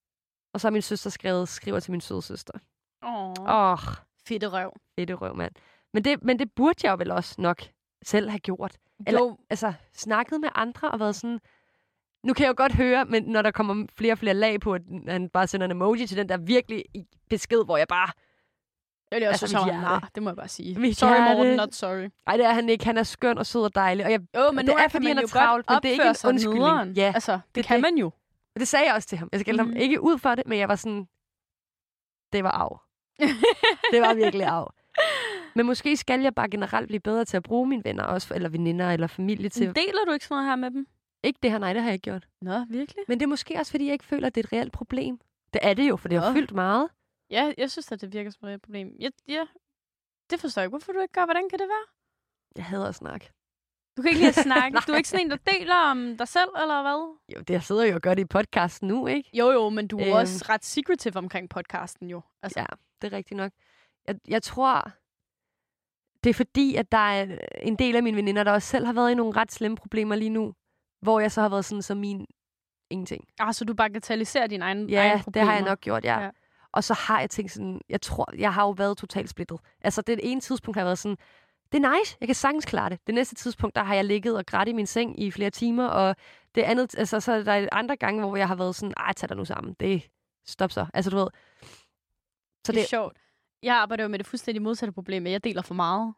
Og så har min søster skrevet, skriver til min søde søster. Åh, oh. oh, fedte røv. Fedte røv, mand. Men det, men det burde jeg jo vel også nok selv have gjort. Eller, jo. altså, snakket med andre og været sådan... Nu kan jeg jo godt høre, men når der kommer flere og flere lag på, at han bare sender en emoji til den der virkelig besked, hvor jeg bare... Jeg vil også altså, så nar, det må jeg bare sige. Mit sorry, hjerte. Morten, not sorry. Nej, det er han ikke. Han er skøn og sød og dejlig. Og jeg, jo, men det nu er, fordi han er travlt, men det er ikke en undskyldning. Ja, altså, det, det kan det. Man jo. Og det sagde jeg også til ham. Jeg skal mm. ham ikke ud for det, men jeg var sådan... Det var af. Det var virkelig af. Men måske skal jeg bare generelt blive bedre til at bruge mine venner, også, eller veninder, eller familie til... Men deler du ikke sådan noget her med dem? Ikke det her, nej, det har jeg ikke gjort. Nå, virkelig? Men det er måske også, fordi jeg ikke føler, at det er et reelt problem. Det er det jo, for det har fyldt meget. Ja, jeg synes, at det virker som et reelt problem. Ja, ja, det forstår jeg ikke. Hvorfor du ikke gør? Hvordan kan det være? Jeg hader at snakke. Du kan ikke lide at snakke? Du er ikke sådan en, der deler om dig selv, eller hvad? Jo, det jeg sidder jo og gør det i podcasten nu, ikke? Jo, jo, men du er øhm. også ret secretive omkring podcasten, jo. Altså. Ja, det er rigtigt nok. Jeg, jeg tror... Det er fordi, at der er en del af mine veninder, der også selv har været i nogle ret slemme problemer lige nu, hvor jeg så har været sådan som min ingenting. Ah, så du bagatelliserer dine egne, ja, egne problemer? Ja, det har jeg nok gjort, ja. ja. Og så har jeg tænkt sådan, jeg tror, jeg har jo været totalt splittet. Altså, det ene tidspunkt har jeg været sådan, det er nice, jeg kan sagtens klare det. Det næste tidspunkt, der har jeg ligget og grædt i min seng i flere timer, og det andet, altså, så er der andre gange, hvor jeg har været sådan, ej, tag dig nu sammen, det stop så. Altså, du ved. Så det er det... sjovt. Jeg arbejder jo med det fuldstændig modsatte problem, at jeg deler for meget.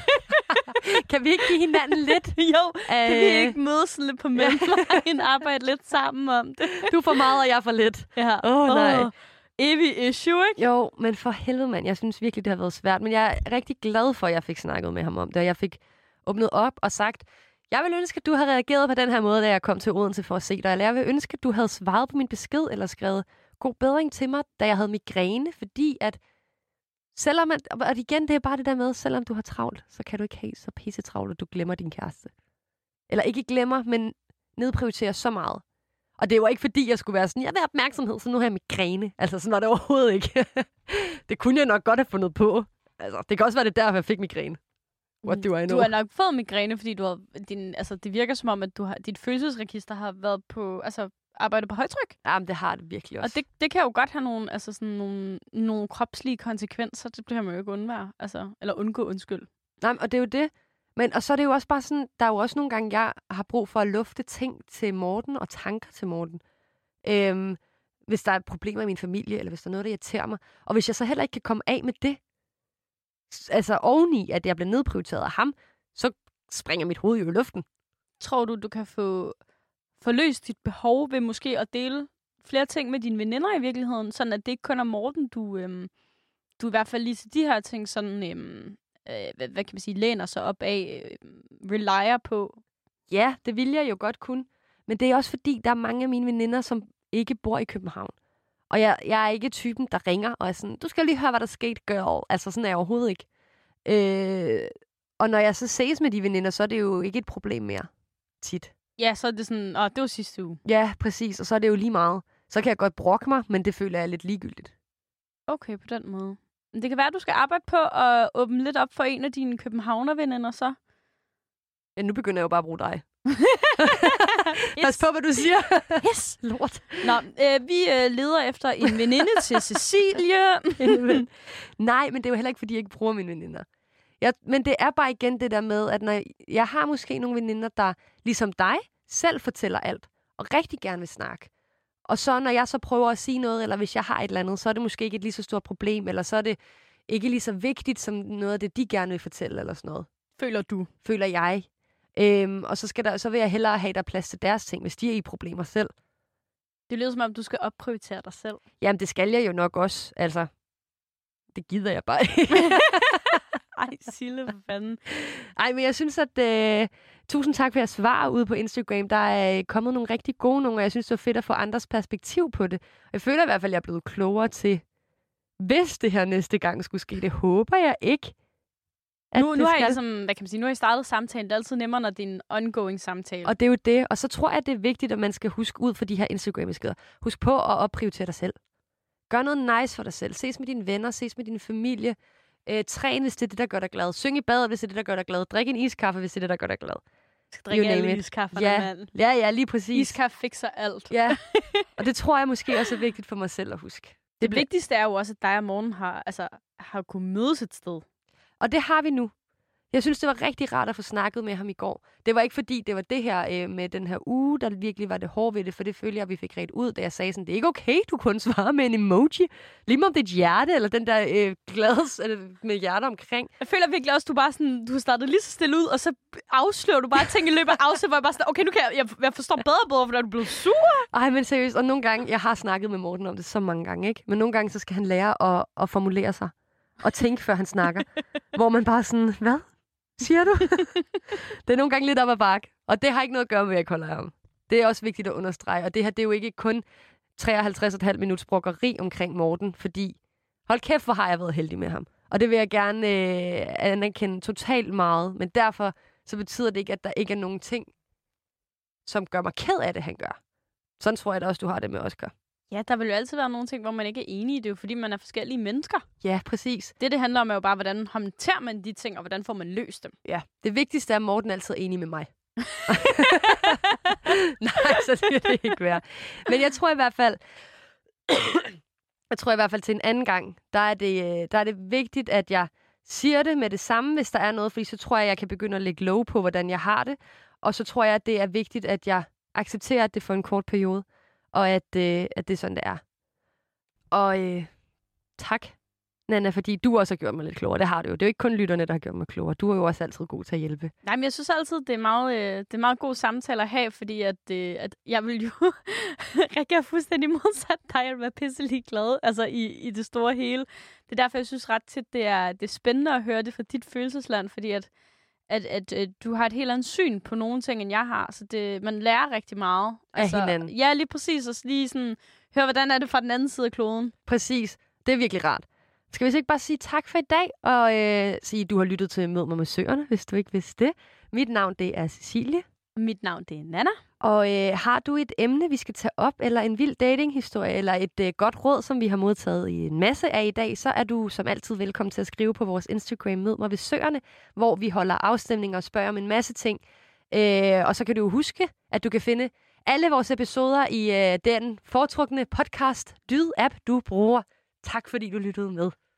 Kan vi ikke give hinanden lidt? Jo, Æh... kan vi ikke mødes lidt på mellemvejen, arbejde lidt sammen om det? Du får meget, og jeg får lidt. Ja. Åh, oh, nej. Oh, evig issue, ikke? Jo, men for helvede, mand. Jeg synes virkelig, det har været svært. Men jeg er rigtig glad for, at jeg fik snakket med ham om det, og jeg fik åbnet op og sagt, jeg vil ønske, at du havde reageret på den her måde, da jeg kom til Odense for at se dig. Eller jeg vil ønske, at du havde svaret på min besked, eller skrevet god bedring til mig, da jeg havde migræne, fordi at selvom, at, og igen, det er bare det der med, selvom du har travlt, så kan du ikke have så pisse travlt, at du glemmer din kæreste. Eller ikke glemmer, men nedprioriterer så meget. Og det var ikke fordi, jeg skulle være sådan, jeg vil have opmærksomhed, så nu har jeg migræne. Altså, sådan var det overhovedet ikke. Det kunne jeg nok godt have fundet på. Altså, det kan også være det derfor, jeg fik migræne. What do I know? Du har nok fået migræne, fordi du har, din, altså, det virker som om, at du har, dit følelsesregister har været på, altså, arbejdet på højtryk. Jamen, det har det virkelig også. Og det, det kan jo godt have nogle, altså, sådan nogle, nogle kropslige konsekvenser. Det bliver man jo ikke undvære. Altså, eller undgå, undskyld. Nej, og det er jo det. Men, og så er det jo også bare sådan, der er jo også nogle gange, jeg har brug for at lufte ting til Morten og tanker til Morten. Øhm, hvis der er problemer i min familie, eller hvis der er noget, der irriterer mig. Og hvis jeg så heller ikke kan komme af med det, altså oveni, at jeg bliver nedprioriteret af ham, så springer mit hoved jo i luften. Tror du, du kan få forløst dit behov ved måske at dele flere ting med dine veninder i virkeligheden, sådan at det ikke kun er Morten, du, øhm, du i hvert fald lige til de her ting sådan... Øhm Øh, hvad, hvad kan man sige, læner sig op af, øh, relyer på? Ja, det vil jeg jo godt kunne. Men det er også fordi, der er mange af mine veninder, som ikke bor i København. Og jeg, jeg er ikke typen, der ringer og er sådan, du skal lige høre, hvad der skete, girl. Altså, sådan er jeg overhovedet ikke. Øh, og når jeg så ses med de veninder, så er det jo ikke et problem mere. Tit. Ja, så er det sådan, åh, det var sidste uge. Ja, præcis. Og så er det jo lige meget. Så kan jeg godt brokke mig, men det føler jeg er lidt ligegyldigt. Okay, på den måde. Det kan være, at du skal arbejde på at åbne lidt op for en af dine københavnerveninder, så. Ja, nu begynder jeg jo bare at bruge dig. Pas på, hvad du siger. Yes. Lort. Nå, øh, vi øh, leder efter en veninde til Cecilie. Nej, men det er jo heller ikke, fordi jeg ikke bruger mine veninder. Jeg, men det er bare igen det der med, at når jeg har måske nogle veninder, der ligesom dig selv fortæller alt, og rigtig gerne vil snakke, Og så når jeg så prøver at sige noget, eller hvis jeg har et eller andet, så er det måske ikke et lige så stort problem, eller så er det ikke lige så vigtigt som noget af det, de gerne vil fortælle, eller sådan noget. Føler du? Føler jeg. Øhm, og så, skal der, så vil jeg hellere have der plads til deres ting, hvis de er i problemer selv. Det lyder som om, du skal opprioritere dig selv. Jamen, det skal jeg jo nok også. Altså, det gider jeg bare ikke. Ej, Sille, for fanden. Ej, men jeg synes, at... Øh, tusind tak for jeres svar ude på Instagram. Der er kommet nogle rigtig gode nogle, og jeg synes, det var fedt at få andres perspektiv på det. Jeg føler i hvert fald, at jeg er blevet klogere til, hvis det her næste gang skulle ske. Det håber jeg ikke. Nu, nu har I ligesom, hvad kan man sige, nu har I startet samtalen. Det er altid nemmere, når det er en ongoing samtale. Og det er jo det. Og så tror jeg, at det er vigtigt, at man skal huske ud for de her Instagram-beskeder. Husk på at opprioritere dig selv. Gør noget nice for dig selv. Ses med dine venner, ses med din familie. Øh, træn, hvis det er det, der gør dig glad. Syng i badet, hvis det er det, der gør dig glad. Drik en iskaffe, hvis det er det, der gør dig glad. Jeg skal drikke alle iskaffe, ja. mand. Ja, ja, lige præcis. Iskaffe fikser alt. Ja, og det tror jeg måske også er vigtigt for mig selv at huske. Det, det bliver... vigtigste er jo også, at dig og Morten har, altså, har kunnet mødes et sted. Og det har vi nu. Jeg synes, det var rigtig rart at få snakket med ham i går. Det var ikke fordi, det var det her øh, med den her uge, der virkelig var det hårde ved det, for det følte jeg, at vi fik ret ud, da jeg sagde sådan, det er ikke okay, du kun svarer med en emoji. Lige om det er et hjerte, eller den der øh, glad med hjerte omkring. Jeg føler virkelig også, at du bare sådan, du har startet lige så stille ud, og så afslører du bare ting i løbet af afsæt, hvor jeg bare sådan, okay, nu kan jeg, jeg, jeg forstår bedre bedre, for er du blevet sur. Ej, men seriøst, og nogle gange, jeg har snakket med Morten om det så mange gange, ikke? Men nogle gange, så skal han lære at, at formulere sig, og tænke, før han snakker. Hvor man bare sådan, hvad? Siger du? Det er nogle gange lidt op ad bakke, og det har ikke noget at gøre med, at jeg ikke holder af ham. Det er også vigtigt at understrege, og det her, det er jo ikke kun treoghalvtreds komma fem minutter brokkeri omkring Morten, fordi hold kæft, hvor har jeg været heldig med ham. Og det vil jeg gerne øh, anerkende totalt meget, men derfor så betyder det ikke, at der ikke er nogen ting, som gør mig ked af det, han gør. Sådan tror jeg da også, du har det med Oscar. Ja, der vil jo altid være nogle ting, hvor man ikke er enig i det, fordi man er forskellige mennesker. Ja, præcis. Det, det handler om, er jo bare, hvordan håndterer man de ting, og hvordan får man løst dem. Ja, det vigtigste er, at Morten altid er enig med mig. Nej, så skal det ikke være. Men jeg tror i hvert fald, jeg tror i hvert fald til en anden gang, der er det, der er det vigtigt, at jeg siger det med det samme, hvis der er noget, fordi så tror jeg, at jeg kan begynde at lægge lov på, hvordan jeg har det. Og så tror jeg, at det er vigtigt, at jeg accepterer, at det for en kort periode. Og at, øh, at det er sådan, det er. Og øh, tak, Nanna, fordi du også har gjort mig lidt klogere. Det har du jo. Det er jo ikke kun lytterne, der har gjort mig klogere. Du er jo også altid god til at hjælpe. Nej, men jeg synes altid, det er meget, øh, det er meget god samtale at have, fordi at, øh, at jeg vil jo Rikke er fuldstændig modsat dig. Jeg vil være pisselig glad altså i, i det store hele. Det er derfor, jeg synes ret tit, det er, det er spændende at høre det fra dit følelsesland, fordi at At, at, at du har et helt andet syn på nogle ting, end jeg har. Så det, man lærer rigtig meget. Altså, af hinanden. Ja, lige præcis. Og lige sådan, høre, hvordan er det fra den anden side af kloden. Præcis. Det er virkelig rart. Skal vi så ikke bare sige tak for i dag, og øh, sige, at du har lyttet til Mød mig med Søerne, hvis du ikke vidste det. Mit navn, det er Cecilie. Mit navn, det er Nanna. Og øh, har du et emne, vi skal tage op, eller en vild datinghistorie, eller et øh, godt råd, som vi har modtaget i en masse af i dag, så er du som altid velkommen til at skrive på vores Instagram Mød mig ved Søerne, hvor vi holder afstemninger og spørger om en masse ting. Øh, og så kan du huske, at du kan finde alle vores episoder i øh, den foretrukne podcast Dyd-app, du bruger. Tak fordi du lyttede med.